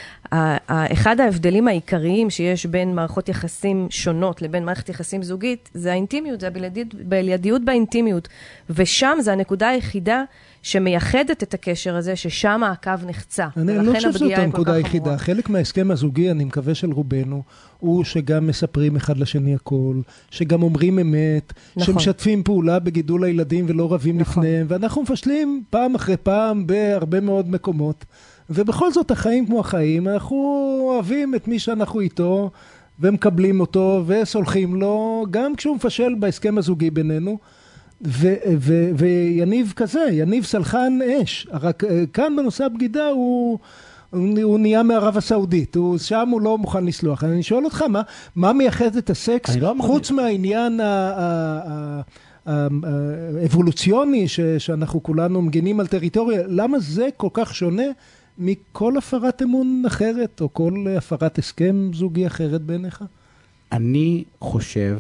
אחד ההבדלים העיקריים שיש בין מערכות יחסים שונות לבין מערכת יחסים זוגית, זה האינטימיות, זה הבלעדיות באינטימיות. ושם זה הנקודה היחידה שמייחדת את הקשר הזה, ששם הקו נחצה. אני לא חושב שזאת הנקודה היחידה. חלק מההסכם הזוגי, אני מקווה של רובנו, הוא שגם מספרים אחד לשני הכל, שגם אומרים אמת, נכון. שמשתפים פעולה בגידול הילדים ולא רבים נכון. לפניהם, ואנחנו מפשלים פעם אחרי פעם בהרבה מאוד מקומות. ובכל זאת החיים כמו החיים, אנחנו אוהבים את מי שאנחנו איתו, ומקבלים אותו וסולחים לו, גם כשהוא מפשל בהסכם הזוגי בינינו, ו- ו- ויניב כזה, יניב סלחן אש, רק כאן בנושא הבגידה הוא, הוא נהיה מערב הסעודית, הוא, שם הוא לא מוכן לסלוח. אני שואל אותך, מה, מה מייחד את הסקס, לא חוץ מוכן. מהעניין ה- ה- ה- האבולוציוני ש- שאנחנו כולנו מגינים על טריטוריה, למה זה כל כך שונה מכל הפרת אמון אחרת, או כל הפרת הסכם זוגי אחרת בעיניך? אני חושב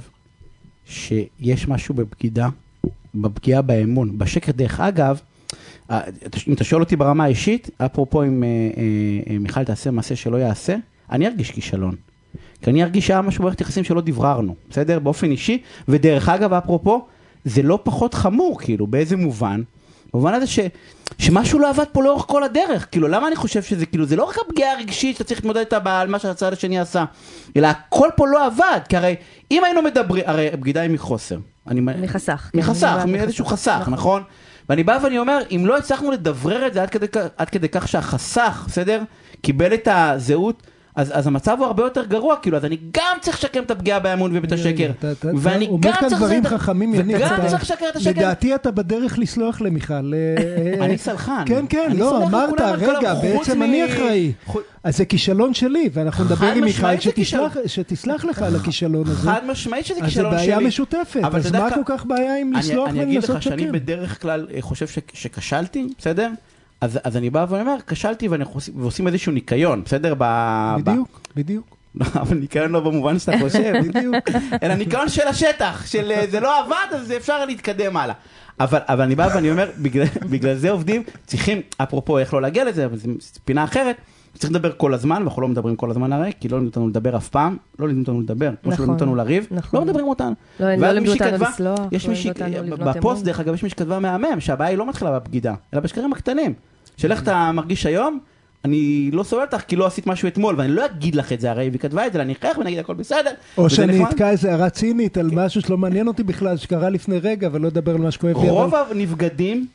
שיש משהו בבגידה, בפגיעה באמון, בשקר. דרך אגב, אם אתה שואל אותי ברמה האישית, אפרופו אם מיכל תעשה מעשה שלא יעשה, אני ארגיש כישלון. כי אני ארגיש שהיה משהו בערכת יחסים שלא דבררנו, בסדר? באופן אישי, ודרך אגב, אפרופו, זה לא פחות חמור, כאילו, באיזה מובן? במובן הזה ש, שמשהו לא עבד פה לאורך כל הדרך. כאילו, למה אני חושב שזה, כאילו, זה לא רק הפגיעה הרגשית שאתה צריך להתמודד איתה על מה שהצד השני עשה, אלא הכל פה לא עבד, כי הרי אם היינו מדברים, הרי הבגידה היא מחוסר. אני, מחסך. מחסך, כן, מאיזשהו חסך, נכון. נכון? ואני בא ואני אומר, אם לא הצלחנו לדברר את זה עד כדי, עד כדי כך שהחסך, בסדר? קיבל את הזהות אז, אז המצב הוא הרבה יותר גרוע, כאילו, אז אני גם צריך לשקם את הפגיעה באמון ובית השקר, ואני גם צריך... אומר כאן דברים חכמים, יניב, וגם צריך לשקר את השקר. לדעתי אתה בדרך לסלוח למיכל. אני סלחן. כן, כן, לא, אמרת, רגע, בעצם אני אחראי. אז זה כישלון שלי, ואנחנו נדבר עם מיכל שתסלח לך על הכישלון הזה. חד משמעית שזה כישלון שלי. אז זה בעיה משותפת, אז מה כל כך בעיה עם לסלוח ולנסות שקר? אני אגיד לך שאני בדרך כלל חושב שכשלתי, בסדר? אז, אז אני בא ואומר, כשלתי ועושים איזשהו ניקיון, בסדר? בדיוק, בדיוק. אבל ניקיון לא במובן שאתה חושב, בדיוק. אלא ניקיון של השטח, של זה לא עבד, אז אפשר להתקדם הלאה. אבל, אבל אני בא ואני אומר, בגלל, בגלל זה עובדים, צריכים, אפרופו איך לא להגיע לזה, אבל זו פינה אחרת, צריך לדבר כל הזמן, ואנחנו לא מדברים כל הזמן הרי, כי לא לימדו אותנו לדבר אף פעם, לא לימדו אותנו לדבר, כמו שלא לימדו אותנו לריב, לא מדברים אותנו. לא לימדו אותנו לסלוח, יש מי בפוסט, דרך אגב, יש מי שכתבה מהמם, שהבעיה היא לא מתחילה בבגידה, אלא בשקרים הקטנים. של איך אתה מרגיש היום, אני לא סובל אותך כי לא עשית משהו אתמול, ואני לא אגיד לך את זה הרי, והיא כתבה את זה, אני אחייך ונגיד הכל בסדר. או שאני אתקע איזה הערה צינית על משהו שלא מעניין אותי בכלל, שקרה לפני רגע, ולא אדבר על מה שכואב לי. רוב הנבגדים,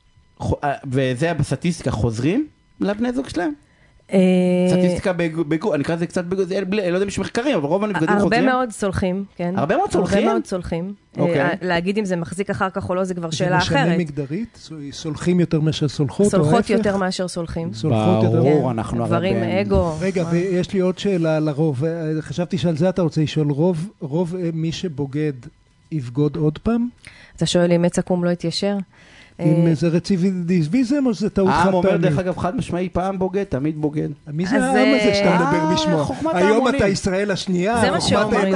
וזה בסטטיסטיקה, חוזרים לבני זוג שלהם. סטטיסטיקה בגו, אני אקרא את זה קצת בגו, לא יודע אם יש מחקרים, אבל רוב הנבגדים חוזרים. הרבה מאוד סולחים, כן. הרבה מאוד סולחים? הרבה מאוד סולחים. להגיד אם זה מחזיק אחר כך או לא, זה כבר שאלה אחרת. זה משנה מגדרית? סולחים יותר מאשר סולחות? סולחות יותר מאשר סולחים. ברור, אנחנו הרבה... דברים, אגו. רגע, ויש לי עוד שאלה לרוב. חשבתי שעל זה אתה רוצה לשאול, רוב מי שבוגד יבגוד עוד פעם? אתה שואל אם עץ עקום לא יתיישר? אם זה רצידיביזם או זה טעות חד פעמי? העם אומר דרך אגב חד משמעי, פעם בוגד, תמיד בוגד. מי זה העם הזה שאתה מדבר בשמו? היום אתה ישראל השנייה, זה מה שאומרים.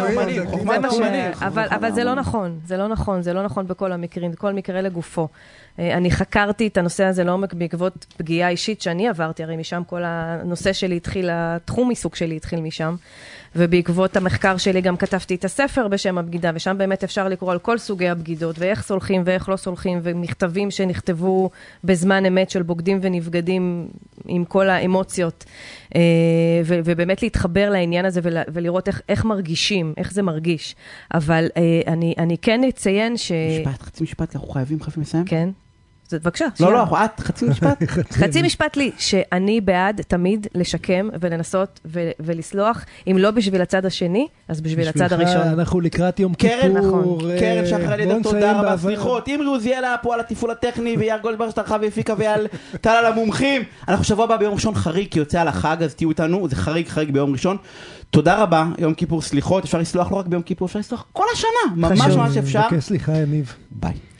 אבל זה לא נכון, זה לא נכון, זה לא נכון בכל המקרים, כל מקרה לגופו. אני חקרתי את הנושא הזה לעומק בעקבות פגיעה אישית שאני עברתי, הרי משם כל הנושא שלי התחיל, התחום עיסוק שלי התחיל משם, ובעקבות המחקר שלי גם כתבתי את הספר בשם הבגידה, ושם באמת אפשר לקרוא על כל סוגי הבגידות, ואיך סולחים ואיך לא סולחים, ומכתבים שנכתבו בזמן אמת של בוגדים ונבגדים עם כל האמוציות, ו- ובאמת להתחבר לעניין הזה ול- ולראות איך, איך מרגישים, איך זה מרגיש. אבל אני, אני כן אציין ש... משפט, חצי משפט, אנחנו חייבים, חייבים לסיים. כן. בבקשה. לא, לא, את, חצי משפט. חצי משפט לי, שאני בעד תמיד לשקם ולנסות ולסלוח, אם לא בשביל הצד השני, אז בשביל הצד הראשון. אנחנו לקראת יום כיפור. קרן שחר על ידי תודה רבה, סליחות. אם רוזיאלה פה על התפעול הטכני, ויאר גולדברג שטרחה והפיקה, ויאל טל על המומחים. אנחנו שבוע הבא ביום ראשון חריג, כי יוצא על החג, אז תהיו איתנו, זה חריג חריג ביום ראשון. תודה רבה, יום כיפור, סליחות. אפשר לסלוח לא רק ביום כיפור, אפשר לסלוח כל השנה. ממש ממש אפשר. סליחה, יניב. ביי.